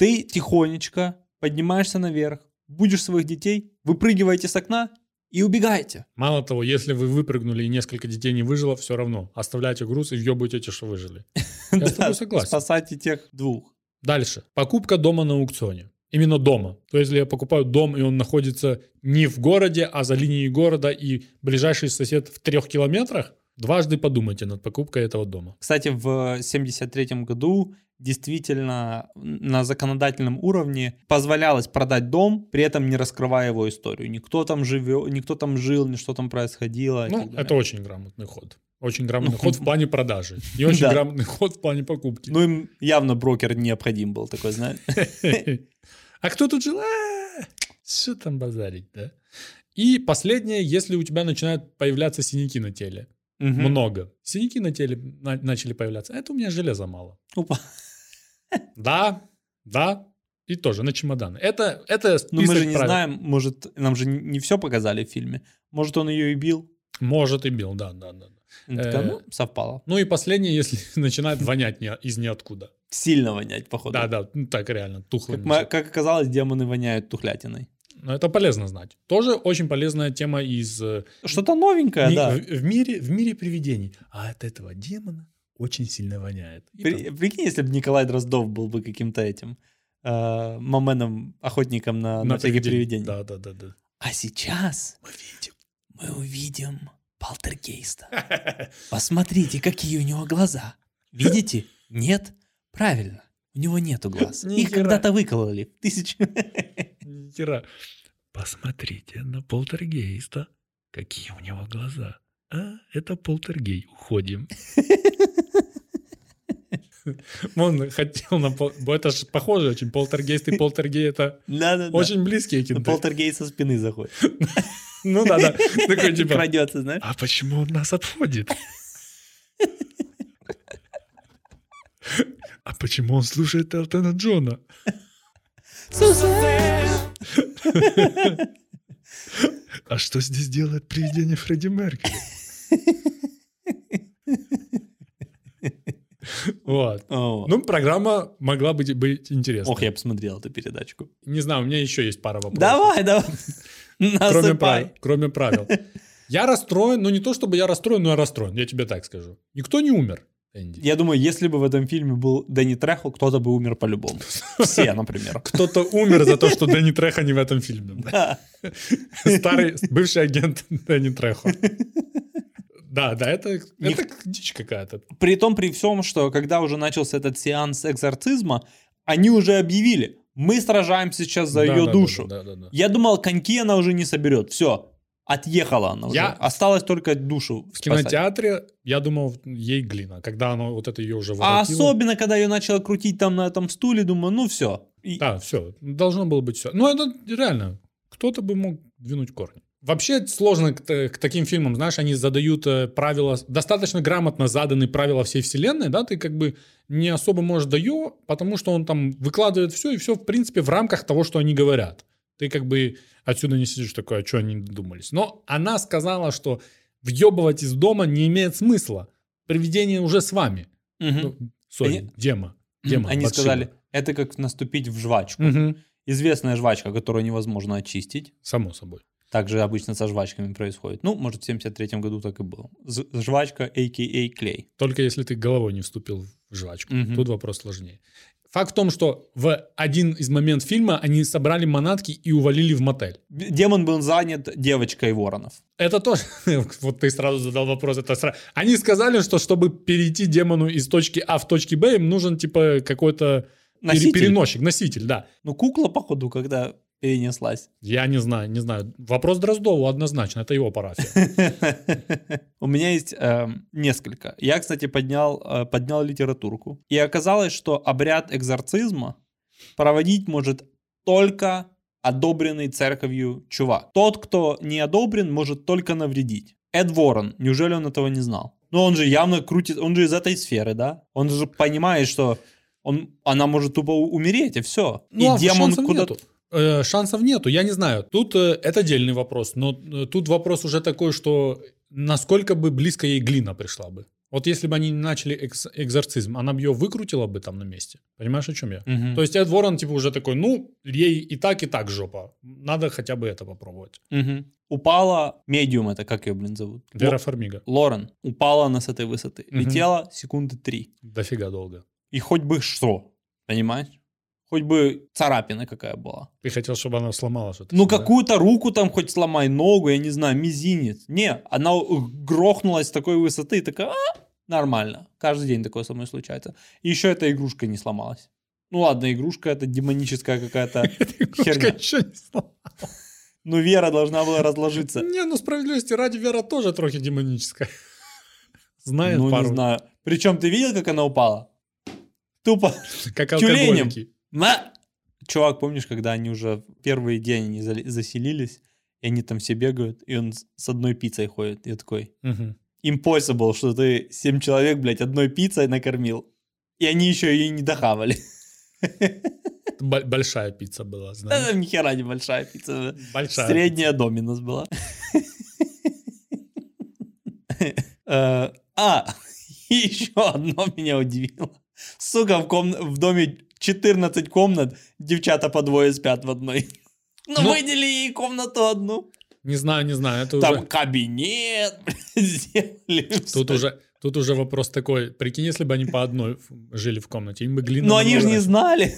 Ты тихонечко поднимаешься наверх, будешь своих детей, выпрыгиваете с окна и убегаете. Мало того, если вы выпрыгнули и несколько детей не выжило, все равно оставляйте груз и въебывайте те, что выжили. Я с тобой согласен. Спасайте тех двух. Дальше. Покупка дома на аукционе. Именно дома. То есть, если я покупаю дом, и он находится не в городе, а за линией города, и ближайший сосед в трех километрах, дважды подумайте над покупкой этого дома. Кстати, в семьдесят третьем году действительно на законодательном уровне позволялось продать дом, при этом не раскрывая его историю. Никто там живет, никто там жил, ни что там происходило. Ну, это очень грамотный ход. Очень грамотный ход в плане продажи. И очень грамотный ход в плане покупки. Ну, им явно брокер необходим был такой, знаешь. А кто тут жил? Что там базарить, да? И последнее, если у тебя начинают появляться синяки на теле. Много. Синяки на теле начали появляться. Это у меня железа мало. Опа. Да, да. И тоже на чемоданы. Это, это список Ну, мы же не правил. знаем, может, нам же не все показали в фильме. Может, он ее и бил. Может, и бил, да, да, да. Такая, ну, совпало. Ну и последнее, если начинает вонять не, из ниоткуда. Сильно вонять, походу. Да, да, ну, так реально, тухлым. Как, мы, как оказалось, демоны воняют тухлятиной. Но это полезно знать. Тоже очень полезная тема из... Что-то новенькое, не, да. В, в, мире, в мире привидений. А от этого демона очень сильно воняет. При, там... Прикинь, если бы Николай Дроздов был бы каким-то этим э, моменом, охотником на, на, на всякие привидения. Да, да, да, да. А сейчас мы видим, мы увидим полтергейста. Посмотрите, какие у него глаза. Видите? Нет? Правильно. У него нету глаз. Ни Их хера. когда-то выкололи. Тысячу. Хера. Посмотрите на полтергейста. Какие у него глаза. А, это полтергей. Уходим. Он хотел на... Пол... Это же похоже очень. Полтергейст и полтергей это очень близкие кенты. Полтергейст со спины заходит. Ну да, да. Такой типа... Крадется, знаешь? А почему он нас обходит? А почему он слушает Элтона Джона? А что здесь делает привидение Фредди Меркьюри? Вот. Oh. Ну, программа могла быть, быть интересной. Ох, я посмотрел эту передачку. Не знаю, у меня еще есть пара вопросов. Давай, давай. Кроме правил, кроме правил. Я расстроен, но не то, чтобы я расстроен, но я расстроен, я тебе так скажу. Никто не умер, Энди. Я думаю, если бы в этом фильме был Дэнни Трехо, кто-то бы умер по-любому. Все, например. Кто-то умер за то, что Дэнни Трехо не в этом фильме. Да. Старый, бывший агент Дэнни Трехо. Да, да, это, Ник... это дичь какая-то. При том, при всем, что когда уже начался этот сеанс экзорцизма, они уже объявили, мы сражаемся сейчас за да, ее да, душу. Да, да, да, да. Я думал, коньки она уже не соберет. Все, отъехала она уже. Я... Осталось только душу В спасать. кинотеатре, я думал, ей глина. Когда она вот это ее уже воротила. А особенно, когда ее начала крутить там на этом стуле, думаю, ну все. И... Да, все, должно было быть все. Ну, это реально, кто-то бы мог двинуть корни. Вообще сложно к, к таким фильмам, знаешь, они задают правила, достаточно грамотно заданы правила всей вселенной, да, ты как бы не особо можешь дать, потому что он там выкладывает все, и все, в принципе, в рамках того, что они говорят. Ты как бы отсюда не сидишь такой, а что они додумались. Но она сказала, что въебывать из дома не имеет смысла. Привидение уже с вами. Угу. Ну, сори, они... Дема. Дема. Они Батшеба. сказали, это как наступить в жвачку. Угу. Известная жвачка, которую невозможно очистить. Само собой. Так же обычно со жвачками происходит. Ну, может, в семьдесят третьем году так и было. З- жвачка, а.к.а. клей. Только если ты головой не вступил в жвачку. Угу. Тут вопрос сложнее. Факт в том, что в один из моментов фильма они собрали манатки и увалили в мотель. Демон был занят девочкой воронов. Это тоже... Вот ты сразу задал вопрос. Это сразу... Они сказали, что чтобы перейти демону из точки А в точке Б, им нужен типа какой-то Носитель? переносчик, носитель, да. Ну, кукла, походу, когда перенеслась. Я не знаю, не знаю. Вопрос Дроздову однозначно, это его парафия. У меня есть э, несколько. Я, кстати, поднял, э, поднял литературку. И оказалось, что обряд экзорцизма проводить может только одобренный церковью чувак. Тот, кто не одобрен, может только навредить. Эд Ворон, неужели он этого не знал? Ну, он же явно крутит, он же из этой сферы, да? Он же понимает, что он, она может тупо умереть, и все. Ну, и а демон шансов куда-то... нету. Э, шансов нету, я не знаю. Тут э, это отдельный вопрос, но э, тут вопрос уже такой, что насколько бы близко ей глина пришла бы. Вот если бы они начали экс- экзорцизм, она бы ее выкрутила бы там на месте. Понимаешь, о чем я? Мгм. То есть Эд Ворон типа уже такой, ну, ей и так, и так жопа. Надо хотя бы это попробовать. Мгм. Упала медиум, это как ее, блин, зовут? Вера Ло- Фармига. Лорен. Упала она с этой высоты. Мгм. Летела секунды три. Дофига долго. И хоть бы что, понимаешь? Хоть бы царапина какая была. Ты хотел, чтобы она сломала что-то. Ну, всё, да? какую-то руку там хоть сломай, ногу, я не знаю, мизинец. Не, она э, грохнулась с такой высоты и такая, «А, нормально. Каждый день такое со мной случается. И еще эта игрушка не сломалась. Ну ладно, игрушка это демоническая какая-то херня. Ничего не сломала. Ну, Вера должна была разложиться. Не, ну справедливости ради, Вера тоже трохи демоническая. Знает Ну, пару. не знаю. Причем ты видел, как она упала? Тупо. Как тюленем. алкоголики. На! Чувак, помнишь, когда они уже в первый день они зали- заселились, и они там все бегают, и он с- с одной пиццей ходит. Я такой, Мгм. impossible, что ты семь человек, блядь, одной пиццей накормил, и они еще ее не дохавали. Б- Большая пицца была, знаешь. Да, ни хера не большая пицца. Большая. Средняя Доминос была. Э, А, и еще одно меня удивило. Сука, в, ком- в доме четырнадцать комнат, девчата по двое спят в одной. Ну, Ну- выдели ей комнату одну. Не знаю, не знаю. Это Там уже... кабинет сделали. Тут всё. уже, тут уже вопрос такой. Прикинь, если бы они по одной ф- жили в комнате, им бы глина... Но они же не намного- знали.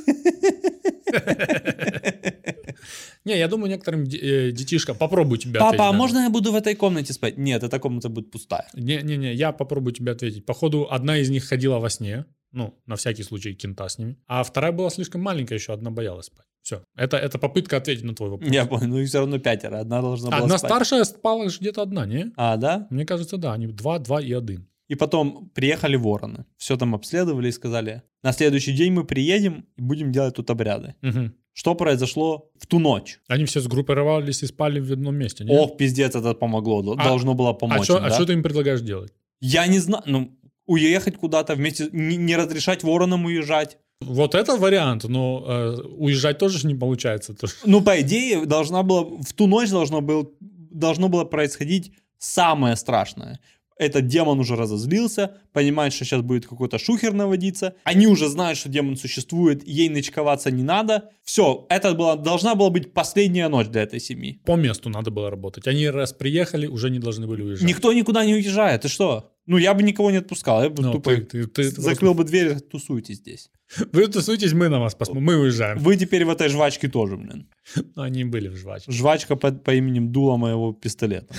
Не, я думаю, некоторым де- э, детишкам... Попробую тебя Папа, ответить а на это. можно я буду в этой комнате спать? Нет, эта комната будет пустая. Не-не-не, я попробую тебе ответить. Походу, одна из них ходила во сне, ну, на всякий случай кента с ними, а вторая была слишком маленькая еще, одна боялась спать. Все, это, это попытка ответить на твой вопрос. Я понял, ну и все равно пятеро, одна должна была Одна спать. старшая спала же где-то одна, не? А, да? Мне кажется, да, они два, два и один. И потом приехали вороны, все там обследовали и сказали, на следующий день мы приедем и будем делать тут обряды. Мгм. Что произошло в ту ночь? Они все сгруппировались и спали в одном месте, не? Ох, пиздец, это помогло, д- А- должно было а помочь что им, да? ты им предлагаешь делать? Я не знаю, ну, уехать куда-то вместе, не, не разрешать воронам уезжать. Вот это вариант, но э, уезжать тоже ж не получается. То- Ну, по идее, должна была, в ту ночь должно, был, должно было происходить самое страшное. Этот демон уже разозлился, понимает, что сейчас будет какой-то шухер наводиться. Они уже знают, что демон существует, ей ночковаться не надо. Все, это была, должна была быть последняя ночь для этой семьи. По месту надо было работать. Они раз приехали, уже не должны были уезжать. Никто никуда не уезжает, ты что? Ну, я бы никого не отпускал, я бы Ну, тупо ты- ты- ты- ты закрыл бы дверь, тусуйтесь здесь. Вы тусуйтесь, мы на вас посмотрим. Мы уезжаем. Вы теперь в этой жвачке тоже, блин. Но они были в жвачке. Жвачка по, по именем дула моего пистолета.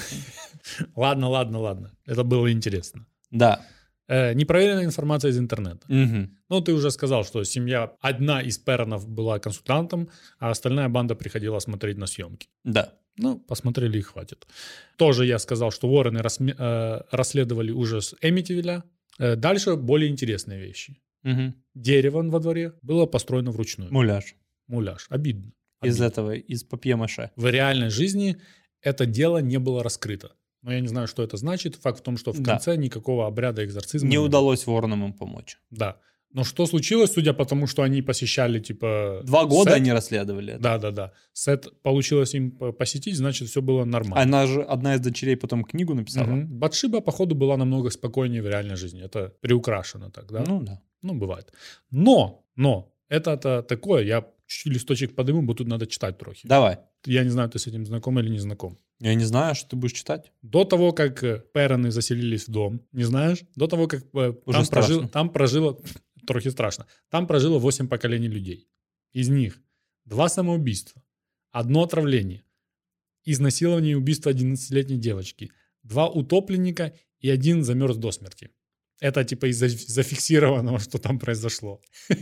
Ладно, ладно, ладно. Это было интересно. Да. Э, непроверенная информация из интернета. Мгм. Ну, ты уже сказал, что семья, одна из Перронов была консультантом, а остальная банда приходила смотреть на съемки. Да. Ну, посмотрели и хватит. Тоже я сказал, что Уоррены расме- э, расследовали ужас Эмитивилля. Э, дальше более интересные вещи. Мгм. Дерево во дворе было построено вручную. Муляж. Муляж. Обидно. Из Обидно. этого, из папье-маше. В реальной жизни это дело не было раскрыто. Но я не знаю, что это значит. Факт в том, что в Да. конце никакого обряда экзорцизма Не было. удалось воронам им помочь. Да. Но что случилось, судя по тому, что они посещали, типа... Два года сет? они расследовали это. Да, да, да. Сет получилось им по- посетить, значит, все было нормально. Она же, одна из дочерей потом книгу написала. Мгм. Батшиба, походу, была намного спокойнее в реальной жизни. Это приукрашено так, да? Ну да. Ну, бывает. Но, но, это-то такое, я чуть-чуть листочек подыму, бо тут надо читать трохи. Давай. Я не знаю, ты с этим знаком или не знаком. Я не знаю, что ты будешь читать. До того, как э, Перроны заселились в дом, не знаешь? До того, как э, Уже там, страшно. прожил, там прожило, трохи страшно, там прожило восемь поколений людей. Из них два самоубийства, одно отравление, изнасилование и убийство одиннадцатилетней девочки, два утопленника и один замерз до смерти. Это типа из зафиксированного, что там произошло.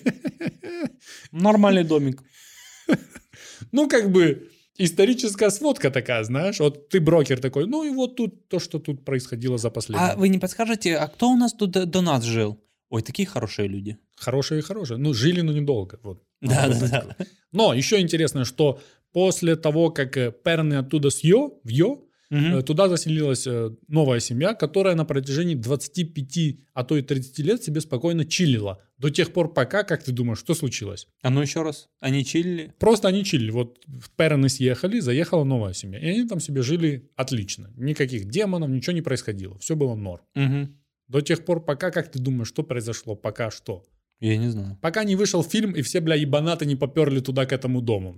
Нормальный домик. Ну, как бы историческая сводка такая, знаешь. Вот ты брокер такой, ну и вот тут то, что тут происходило за последнее. А вы не подскажете, а кто у нас тут до, до нас жил? Ой, такие хорошие люди. Хорошие и хорошие. Ну, жили, но недолго. Вот. Да, Надо да, сказать. да. Но еще интересно, что после того, как э, Перны оттуда с Йо, в Йо, Мгм. э, туда заселилась э, новая семья, которая на протяжении двадцати пяти, а то и тридцати лет себе спокойно чилила. До тех пор, пока, как ты думаешь, что случилось? А ну еще раз. Они чилили? Просто они чилили. Вот в Перны съехали, заехала новая семья. И они там себе жили отлично. Никаких демонов, ничего не происходило. Все было норм. Мгм. До тех пор, пока, как ты думаешь, что произошло? Пока что? Я не знаю. Пока не вышел фильм, и все, бля, ебанаты не поперли туда, к этому дому.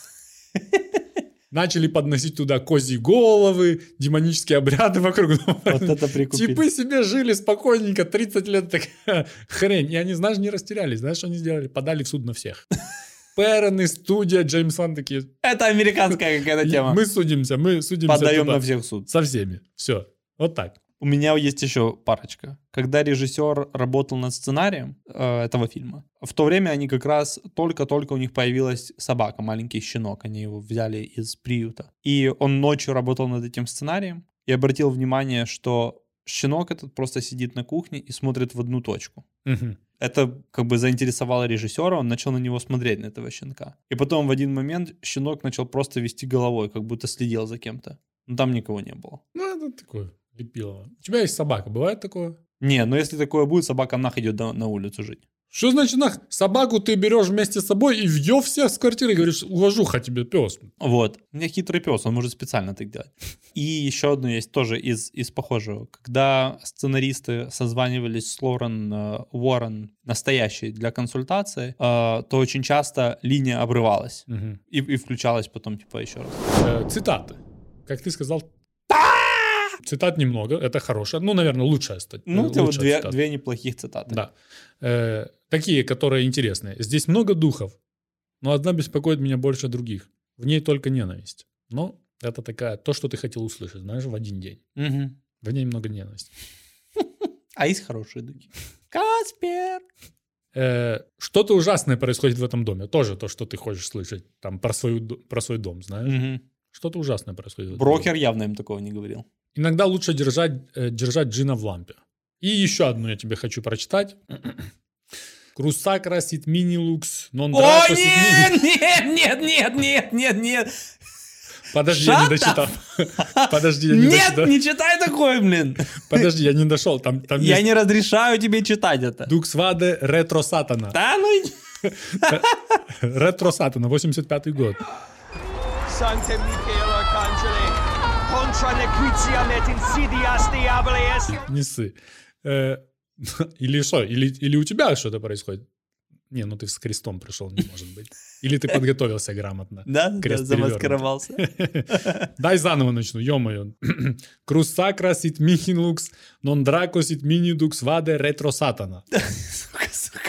Начали подносить туда козьи головы, демонические обряды вокруг дома. Вот это прикупить. Типы себе жили спокойненько, тридцать лет такая хрень. И они, знаешь, не растерялись. Знаешь, что они сделали? Подали в суд на всех. Перрон, студия, Джеймс Ван такие. Это американская какая-то тема. Мы судимся, мы судимся. Подаем туда на всех в суд. Со всеми. Все. Вот так. У меня есть еще парочка. Когда режиссер работал над сценарием э, этого фильма, в то время они как раз только-только у них появилась собака, маленький щенок. Они его взяли из приюта. И он ночью работал над этим сценарием и обратил внимание, что щенок этот просто сидит на кухне и смотрит в одну точку. Угу. Это как бы заинтересовало режиссера, он начал на него смотреть, на этого щенка. И потом в один момент щенок начал просто вести головой, как будто следил за кем-то. Но там никого не было. Ну, это такое лепилово. У тебя есть собака, бывает такое? Не, но если такое будет, собака нах идет на, на улицу жить. Что значит нах? Собаку ты берешь вместе с собой и вьёшь всех с квартиры и говоришь, уважуха тебе, пес. Вот. У меня хитрый пес, он может специально так делать. И еще одно есть тоже из, из похожего. Когда сценаристы созванивались с Лорен э, Уоррен, настоящей, для консультации, э, то очень часто линия обрывалась. Угу. И, и включалась потом типа еще раз. Э, цитаты. Как ты сказал, цитат немного, это хорошая, ну, наверное, лучшая статья. Ну, это вот две, две неплохих цитаты. Да. Э, такие, которые интересные. Здесь много духов, но одна беспокоит меня больше других. В ней только ненависть. Но это такая, то, что ты хотел услышать, знаешь, в один день. Угу. В ней много ненависти. А есть хорошие духи. Каспер! Э, что-то ужасное происходит в этом доме. Тоже то, что ты хочешь слышать. Там про, свою, про свой дом, знаешь. Угу. Что-то ужасное происходит в этом Брокер доме. явно им такого не говорил. Иногда лучше держать, э, держать джина в лампе. И еще одну я тебе хочу прочитать. Крусакра сит мини лукс, нон О, драко сит нет, мини... нет, нет, нет, нет, нет, нет. Подожди, Shut я не дочитал. Подожди, я не Нет, дочитал. не читай такое, блин. Подожди, я не дошел. Там, там Я есть не разрешаю тебе читать это. Дукс Ваде Ретро Сатана. Да, ну... Ретро Сатана, восемьдесят пятый год. Sanctum Michael Arcangeli, contra nequitia et insidias diabolias. Не ссы. Э, Или что? Или, или у тебя что-то происходит? Не, ну ты с крестом пришел, не может быть. Или ты подготовился грамотно. Да, да, Крест замаскировался. Дай заново начну, ё-моё. Крусакра сит михин лукс, нон драко сит мини дукс ваде ретро сатана. Сука, сука.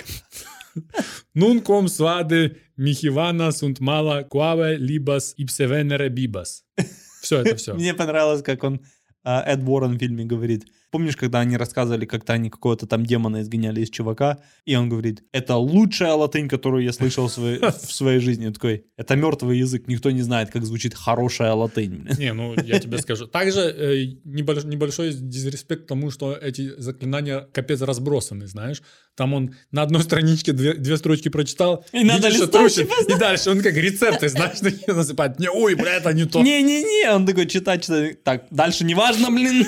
Нун ком сваде михивана сунт мала куаве либас ипсевенере бибас. Все, это все. Мне понравилось, как он а, Эд Уоррен в фильме говорит. Помнишь, когда они рассказывали, как-то они какого-то там демона изгоняли из чувака, и он говорит, это лучшая латынь, которую я слышал в своей, в своей жизни. Он такой, это мертвый язык, никто не знает, как звучит хорошая латынь. Не, ну я тебе скажу. Также э, небольшой, небольшой дизреспект тому, что эти заклинания капец разбросаны, знаешь. Там он на одной страничке две, две строчки прочитал, и надо видишь, что листочек трущит, и дальше он как рецепты, знаешь, такие насыпает. Не, ой, бля, это не то. Не-не-не, он такой читать, читать. Так, дальше не важно, блин.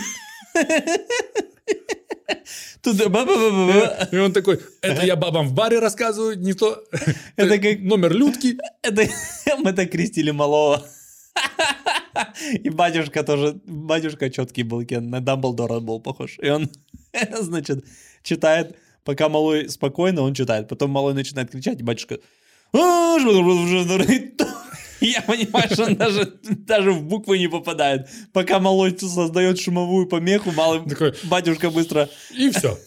Туда ба-ба-ба-ба. И он такой, это я бабам в баре рассказываю, не то. Это как номер Людки. Это мы так крестили малого. И батюшка тоже, батюшка четкий был, Кен, на Дамблдора был похож. И он, значит, читает, пока малой спокойно, он читает. Потом малой начинает кричать, и батюшка... Я понимаю, что он даже, даже в буквы не попадает. Пока малой создает шумовую помеху, малый такой, батюшка быстро... И все.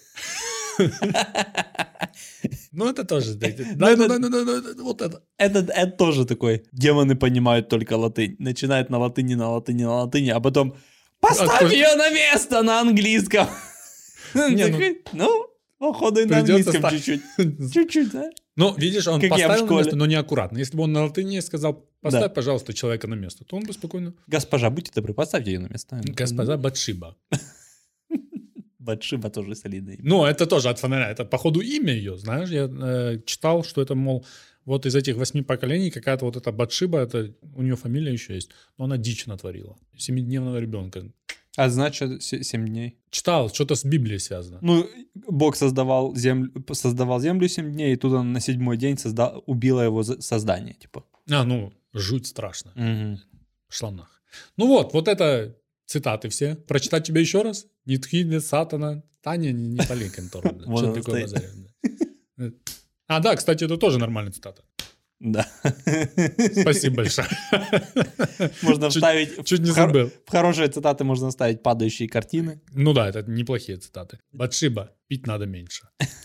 Ну, это тоже... Да, да, да, да, да, вот это. Это, это тоже такой. Демоны понимают только латынь. Начинает на латыни, на латыни, на латыни, а потом поставь Откуда? ее на место на английском. Не, ну, Такой, ну, походу и на придется английском ста- чуть-чуть. Чуть-чуть, да? Ну, видишь, он Как я в поставил на школе. место, но неаккуратно. Если бы он на латыни сказал, поставь, Да. пожалуйста, человека на место, то он бы спокойно... Госпожа, будьте добры, поставьте ее на место. Госпожа Батшиба. Батшиба тоже солидный. Ну, это тоже от фонаря. Это, походу, имя ее, знаешь. Я э, читал, что это, мол, вот из этих восьми поколений какая-то вот эта Батшиба, это у нее фамилия еще есть, но она дичь натворила. Семидневного ребенка. А значит, се- семь дней. Читал, что-то с Библией связано. Ну, Бог создавал землю, создавал землю семь дней, и тут он на седьмой день созда- убило его за- создание, типа. А, ну, жуть страшно. Мгм. Шла нах. Ну вот, вот это цитаты все. Прочитать тебе еще раз? Нитхине, Сатана. Таня, не, не полей контору. Вон Что он такое стоит. базаришь? А, да, кстати, это тоже нормальная цитата. Да. Спасибо большое. Можно Чуть- вставить... чуть не в хор- забыл. В хорошие цитаты можно вставить падающие картины. Ну да, это неплохие цитаты. Батшиба, пить надо меньше.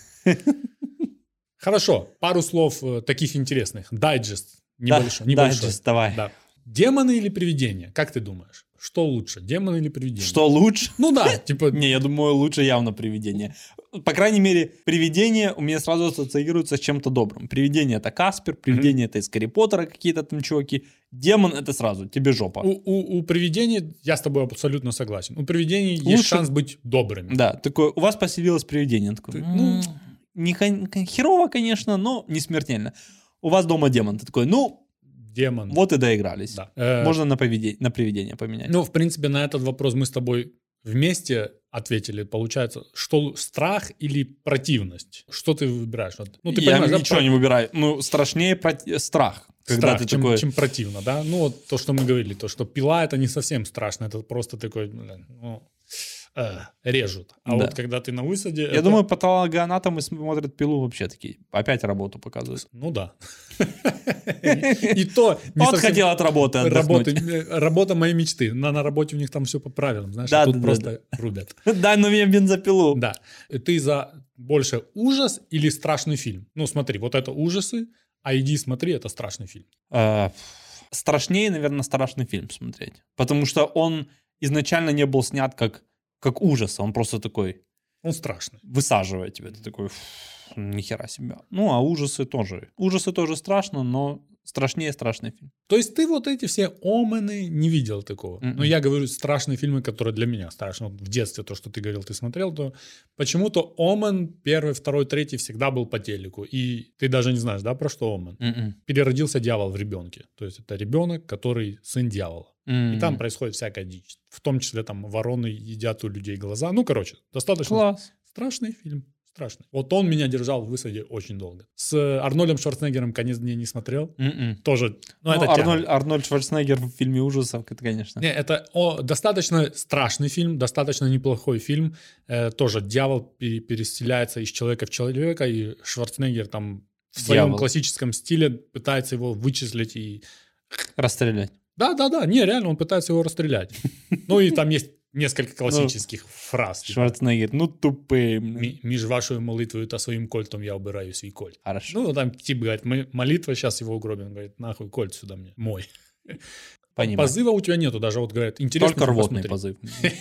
Хорошо, пару слов э, таких интересных. Дайджест небольшой. Да, небольшой. дайджест, давай. Да. Демоны или привидения? Как ты думаешь? Что лучше, демоны или привидения? Что лучше? Ну да, типа... Не, я думаю, лучше явно привидение. По крайней мере, привидение у меня сразу ассоциируется с чем-то добрым. Привидение — это Каспер, привидение — это из Гарри Поттера какие-то там чуваки. Демон — это сразу, тебе жопа. У, у, у привидений, я с тобой абсолютно согласен, у привидений есть Лучше- шанс быть добрыми. Да, такое, у вас поселилось привидение. Такое, Ты- ну, не хон- херово, конечно, но не смертельно. У вас дома демон. Ты такой, ну, Демон. вот и доигрались. Да. Э, Можно на, поведение, на привидение поменять. Ну, в принципе, на этот вопрос мы с тобой вместе ответили. Получается, что л- страх или противность? Что ты выбираешь? Вот, ну, ты я понимаешь, да, ничего про- не выбираю. Ну, страшнее проти- страх. Когда страх, ты чем, такой... чем противно, да? Ну, вот то, что мы говорили, то, что пила — это не совсем страшно, это просто такой, блин, ну, э, режут. А Да. вот когда ты на высаде... Я это- думаю, патологоанатомы смотрят пилу вообще такие. Опять работу показывают. Ну да. И то не Вот совсем хотел от работы работы, отдохнуть. э, работа моей мечты. На, на работе у них там все по правилам, знаешь, Да, а тут да, да, просто рубят. Дай ну мне бензопилу. Да. Ты за больше ужас или страшный фильм? Ну смотри, вот это ужасы, а иди смотри, это страшный фильм. А, страшнее, наверное, страшный фильм смотреть. Потому что он изначально не был снят как, как ужас. Он просто такой Он страшный. высаживает тебя. Ты такой, «Фу, нихера себе. Ну, а ужасы тоже. Ужасы тоже страшно, но страшнее страшный фильм. То есть ты вот эти все омены не видел такого. Мгм. Но я говорю страшные фильмы, которые для меня страшны. Вот в детстве то, что ты говорил, ты смотрел, то почему-то Омен первый, второй, третий всегда был по телеку. И ты даже не знаешь, да, про что Омен? М-м. Переродился дьявол в ребенке. То есть это ребенок, который сын дьявола. И М. там происходит всякая дичь. В том числе там вороны едят у людей глаза. Ну, короче, достаточно Класс. страшный фильм. Страшный. Вот он меня держал в высаде очень долго. С Арнольдом Шварценеггером «Конец дней» не смотрел. М-м. Тоже, ну, Ну, это тяга. Арнольд, Арнольд Шварценеггер в фильме ужасов, это, конечно. Не, это о, достаточно страшный фильм, достаточно неплохой фильм. Э, тоже дьявол пере- переселяется из человека в человека, и Шварценеггер там в своем Дьявол. классическом стиле пытается его вычислить и... Расстрелять. Да-да-да, не, реально, он пытается его расстрелять. Ну и там есть несколько классических фраз. типа, Шварценеггер, ну тупый. «Мі- «Між вашою молитвою та своим кольтом я обираю свій кольт». Хорошо. Ну, там тип говорит, «Мы- молитва, сейчас его угробим. Он говорит, нахуй кольт сюда мне, мой. Понимаю. Позыва у тебя нету, даже вот говорят, интересно. Только рвотный посмотреть.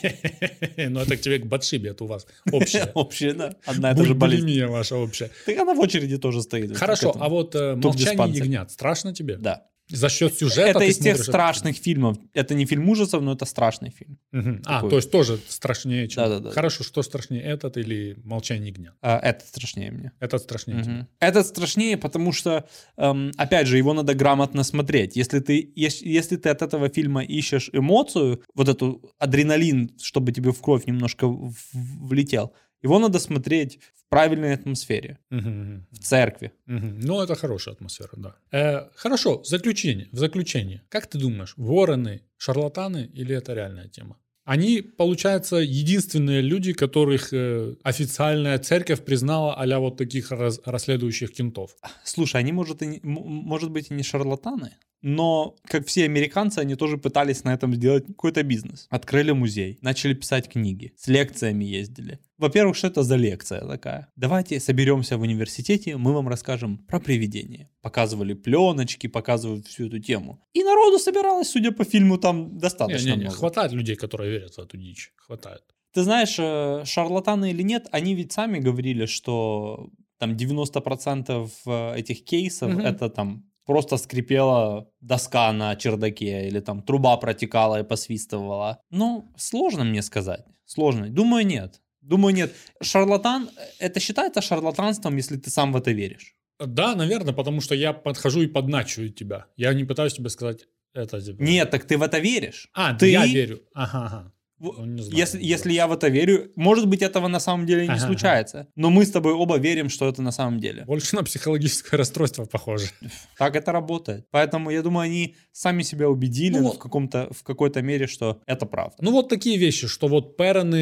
позыв. Ну, это к тебе к Батшибе, это у вас общее. Общее, да. Одна и та же болезнь. Булимия ваша общая. Так она в очереди тоже стоит. Хорошо, Как это? а вот э, Тут «Молчание диспансер. ягнят» страшно тебе? Да. За счет сюжета Это ты из тех смотришь страшных фильмов. Это не фильм ужасов, но это страшный фильм. Мгм. А, такой. то есть тоже страшнее, чем... Да-да-да. Хорошо, что страшнее, этот или «Молчание ягнят»? А, этот страшнее мне. Этот страшнее тебе. Мгм. Этот страшнее, потому что, эм, опять же, его надо грамотно смотреть. Если ты, ес- если ты от этого фильма ищешь эмоцию, вот эту адреналин, чтобы тебе в кровь немножко в- в- влетел, его надо смотреть в правильной атмосфере, Мгм, мгм. в церкви. Мгм. Ну, это хорошая атмосфера, да. Э, хорошо, в заключение, в заключение. Как ты думаешь, вороны шарлатаны или это реальная тема? Они, получается, единственные люди, которых э, официальная церковь признала а-ля вот таких раз- расследующих кентов. Слушай, они, может, и не- м- может быть, и не шарлатаны, но, как все американцы, они тоже пытались на этом сделать какой-то бизнес. Открыли музей, начали писать книги, с лекциями ездили. Во-первых, что это за лекция такая? Давайте соберемся в университете, мы вам расскажем про привидения. Показывали пленочки, показывают всю эту тему. И народу собиралось, судя по фильму, там достаточно Не-не-не, много. хватает людей, которые верят в эту дичь. Хватает. Ты знаешь, э, шарлатаны или нет, они ведь сами говорили, что там девяносто процентов э, этих кейсов Мгм. это там просто скрипела доска на чердаке или там труба протекала и посвистывала. Ну, сложно мне сказать. Сложно. Думаю, нет. Думаю, нет. Шарлатан, это считается шарлатанством, если ты сам в это веришь. Да, наверное, потому что я подхожу и подначиваю тебя. Я не пытаюсь тебе сказать это. типа- Нет, так ты в это веришь. А, ты... я верю. Ага, ага. В- Ну, не знаю, Если, не если я в это верю, может быть, этого на самом деле не Ага, ага. случается. Но мы с тобой оба верим, что это на самом деле. Больше на психологическое расстройство похоже. Так это работает. Поэтому я думаю, они сами себя убедили Ну, в, каком-то, в какой-то мере, что это правда. Ну вот такие вещи, что вот перены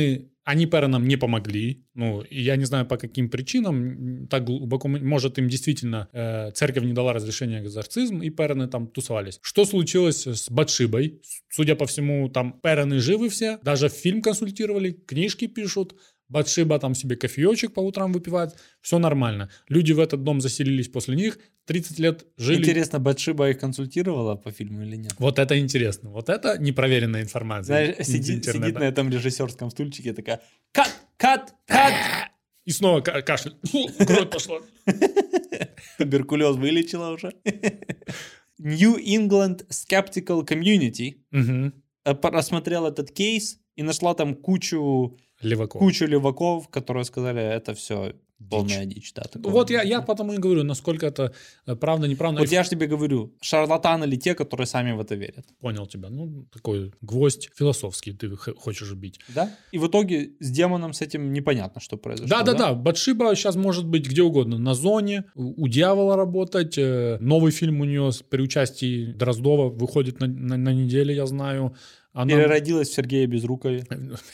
они Перронам не помогли. Ну, и я не знаю, по каким причинам. Так глубоко, может, им действительно э, церковь не дала разрешения к экзорцизму, и Перроны там тусовались. Что случилось с Батшибой? Судя по всему, там Перроны живы все. Даже фильм консультировали, книжки пишут. Батшиба там себе кофеечек по утрам выпивает. Все нормально. Люди в этот дом заселились после них. тридцать лет жили. Интересно, Батшиба их консультировала по фильму или нет? Вот это интересно. Вот это непроверенная информация. Знаешь, сидит, сидит на этом режиссерском стульчике такая: кат, кат, кат. И снова ка- кашель. Фу, кровь пошла. Туберкулез вылечила уже. New England Skeptical Community Угу. рассмотрел этот кейс и нашла там кучу, Леваков. кучу леваков, которые сказали, это все полная дичь. Да, такого Вот я, нет. я потому и говорю, насколько это э, правда, неправда. Вот я же тебе говорю, шарлатаны ли те, которые сами в это верят. Понял тебя. Ну, такой гвоздь философский ты х- хочешь бить. Да? И в итоге с демоном с этим непонятно, что произошло. Да-да-да, Батшиба сейчас может быть где угодно. На зоне, у, у дьявола работать. э, Новый фильм у нее с- при участии Дроздова выходит на, на, на неделе, я знаю. Она... Переродилась в Сергея Безрукове.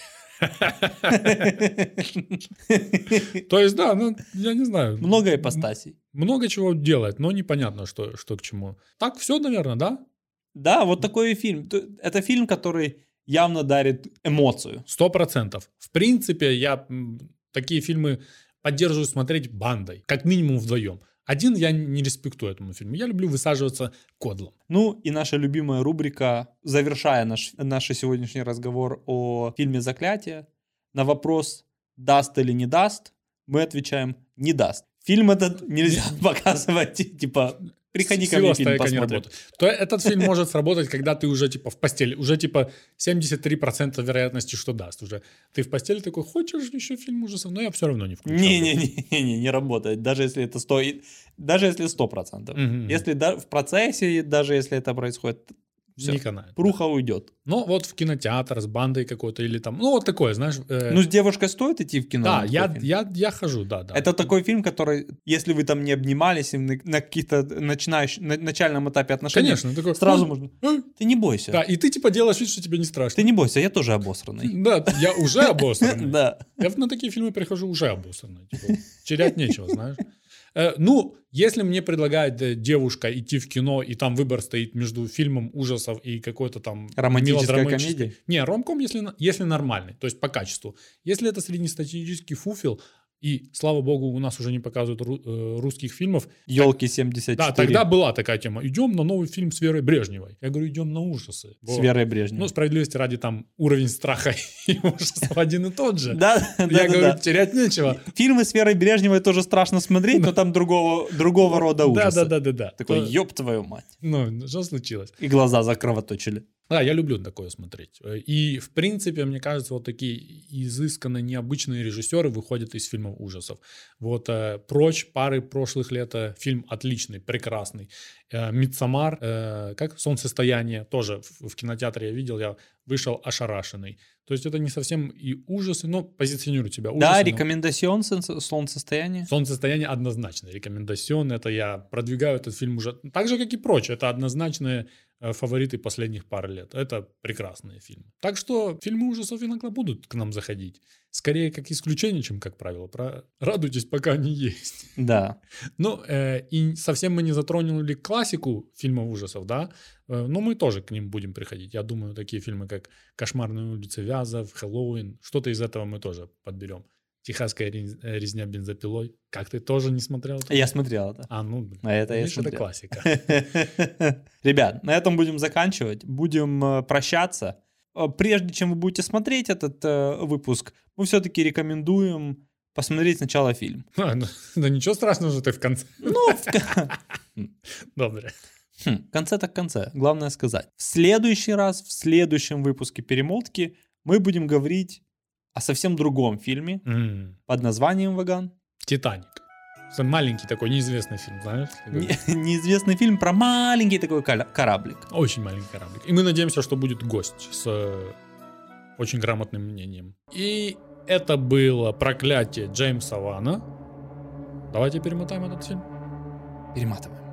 То есть, да, ну, я не знаю. Много ипостасей. Много чего делает, но непонятно, что, что к чему. Так, все, наверное, да? Да, вот такой фильм. Т- Это фильм, который явно дарит эмоцию. Сто процентов. В принципе, я м, такие фильмы поддерживаю смотреть бандой. Как минимум вдвоем. Один я не респектую этому фильму. Я люблю высаживаться кодлом. Ну и наша любимая рубрика, завершая наш, наш сегодняшний разговор о фильме «Заклятие», на вопрос, даст или не даст, мы отвечаем, не даст. Фильм этот нельзя показывать, типа, приходи ко мне, Сила фильм стояка не посмотрим. работает. То этот фильм может сработать, когда ты уже типа в постели. Уже типа семьдесят три процента вероятности, что даст. Уже ты в постели такой, хочешь еще фильм ужасов? Но я все равно не включу. Не-не-не, не работает, даже если это сто, даже если сто процентов. Мгм. Если да- в процессе, даже если это происходит, все, Не канает. пруха уйдет. Ну вот в кинотеатр с бандой какой-то или там, ну вот такое, знаешь. э, Ну, с девушкой стоит идти в кино? да, на такой я, фильм? я, я хожу, да, да. Это такой фильм, который, если вы там не обнимались и на, на каких-то начинающих, на начальном этапе отношений, Конечно, такой, сразу «Ой, можно. ой». Ты не бойся. Да, и ты типа делаешь вид, что тебе не страшно. Ты не бойся, я тоже обосранный. Да, я уже обосранный. Да. Я на такие фильмы прихожу уже обоссанный. Типа, терять нечего, знаешь. Э, ну, если мне предлагает э, девушка идти в кино, и там выбор стоит между фильмом ужасов и какой-то там... Романтическая мелодраматической- комедия? Не, ромком, если, на- если нормальный, то есть по качеству. Если это среднестатистический фуфел, и, слава богу, у нас уже не показывают ру- э, русских фильмов. Елки семьдесят четыре. Да, тогда была такая тема. Идем на новый фильм с Верой Брежневой. Я говорю, идем на ужасы. С Вот. Верой Брежневой. Ну, справедливости ради, там уровень страха и ужасов один и тот же. да, да, Я да, говорю, да. терять нечего. Фильмы с Верой Брежневой тоже страшно смотреть, но там другого, другого рода Да, ужасы. да, да, да, да. Такой, То- ёб твою мать. Ну, что случилось? И глаза закровоточили. Да, я люблю такое смотреть. И, в принципе, мне кажется, вот такие изысканно необычные режиссеры выходят из фильмов ужасов. Вот э, «Прочь» пары прошлых лет, э, фильм отличный, прекрасный. Э, «Мидсомар», э, как «Солнцестояние», тоже в, в кинотеатре я видел, я вышел ошарашенный. То есть это не совсем и ужасы, но позиционирует себя ужасы. Да, но- рекомендацион «Солнцестояние». «Солнцестояние» однозначно, рекомендацион, это я продвигаю этот фильм уже, так же, как и «Прочь», это однозначные э, фавориты последних пары лет, это прекрасные фильмы. Так что фильмы ужасов иногда будут к нам заходить, скорее как исключение, чем как правило, Про... радуйтесь, пока они есть. Да. Ну, э, и совсем мы не затронули классику фильмов ужасов, да, э, но мы тоже к ним будем приходить. Я думаю, такие фильмы, как «Кошмарная улица Вязов», «Хэллоуин», что-то из этого мы тоже подберем. «Техасская рез- э, резня бензопилой». Как ты тоже не смотрел? Я смотрел это. А, ну, блин. А это я Видишь, это смотрел. классика. Ребят, на этом будем заканчивать. Будем э, прощаться. Э, Прежде чем вы будете смотреть этот э, выпуск, мы все-таки рекомендуем посмотреть сначала фильм. А, ну, да ничего страшного, что ты в конце. Ну, в ко- Добре. Хм, в конце так в конце. Главное сказать. В следующий раз, в следующем выпуске «Перемотки» мы будем говорить о совсем другом фильме М, под названием «Ваган». «Титаник». Это маленький такой неизвестный фильм, знаешь? Такой Не- Неизвестный фильм про маленький такой каля- кораблик. Очень маленький кораблик. И мы надеемся, что будет гость с э, очень грамотным мнением. И это было «Проклятие» Джеймса Вана. Давайте перемотаем этот фильм. Перематываем.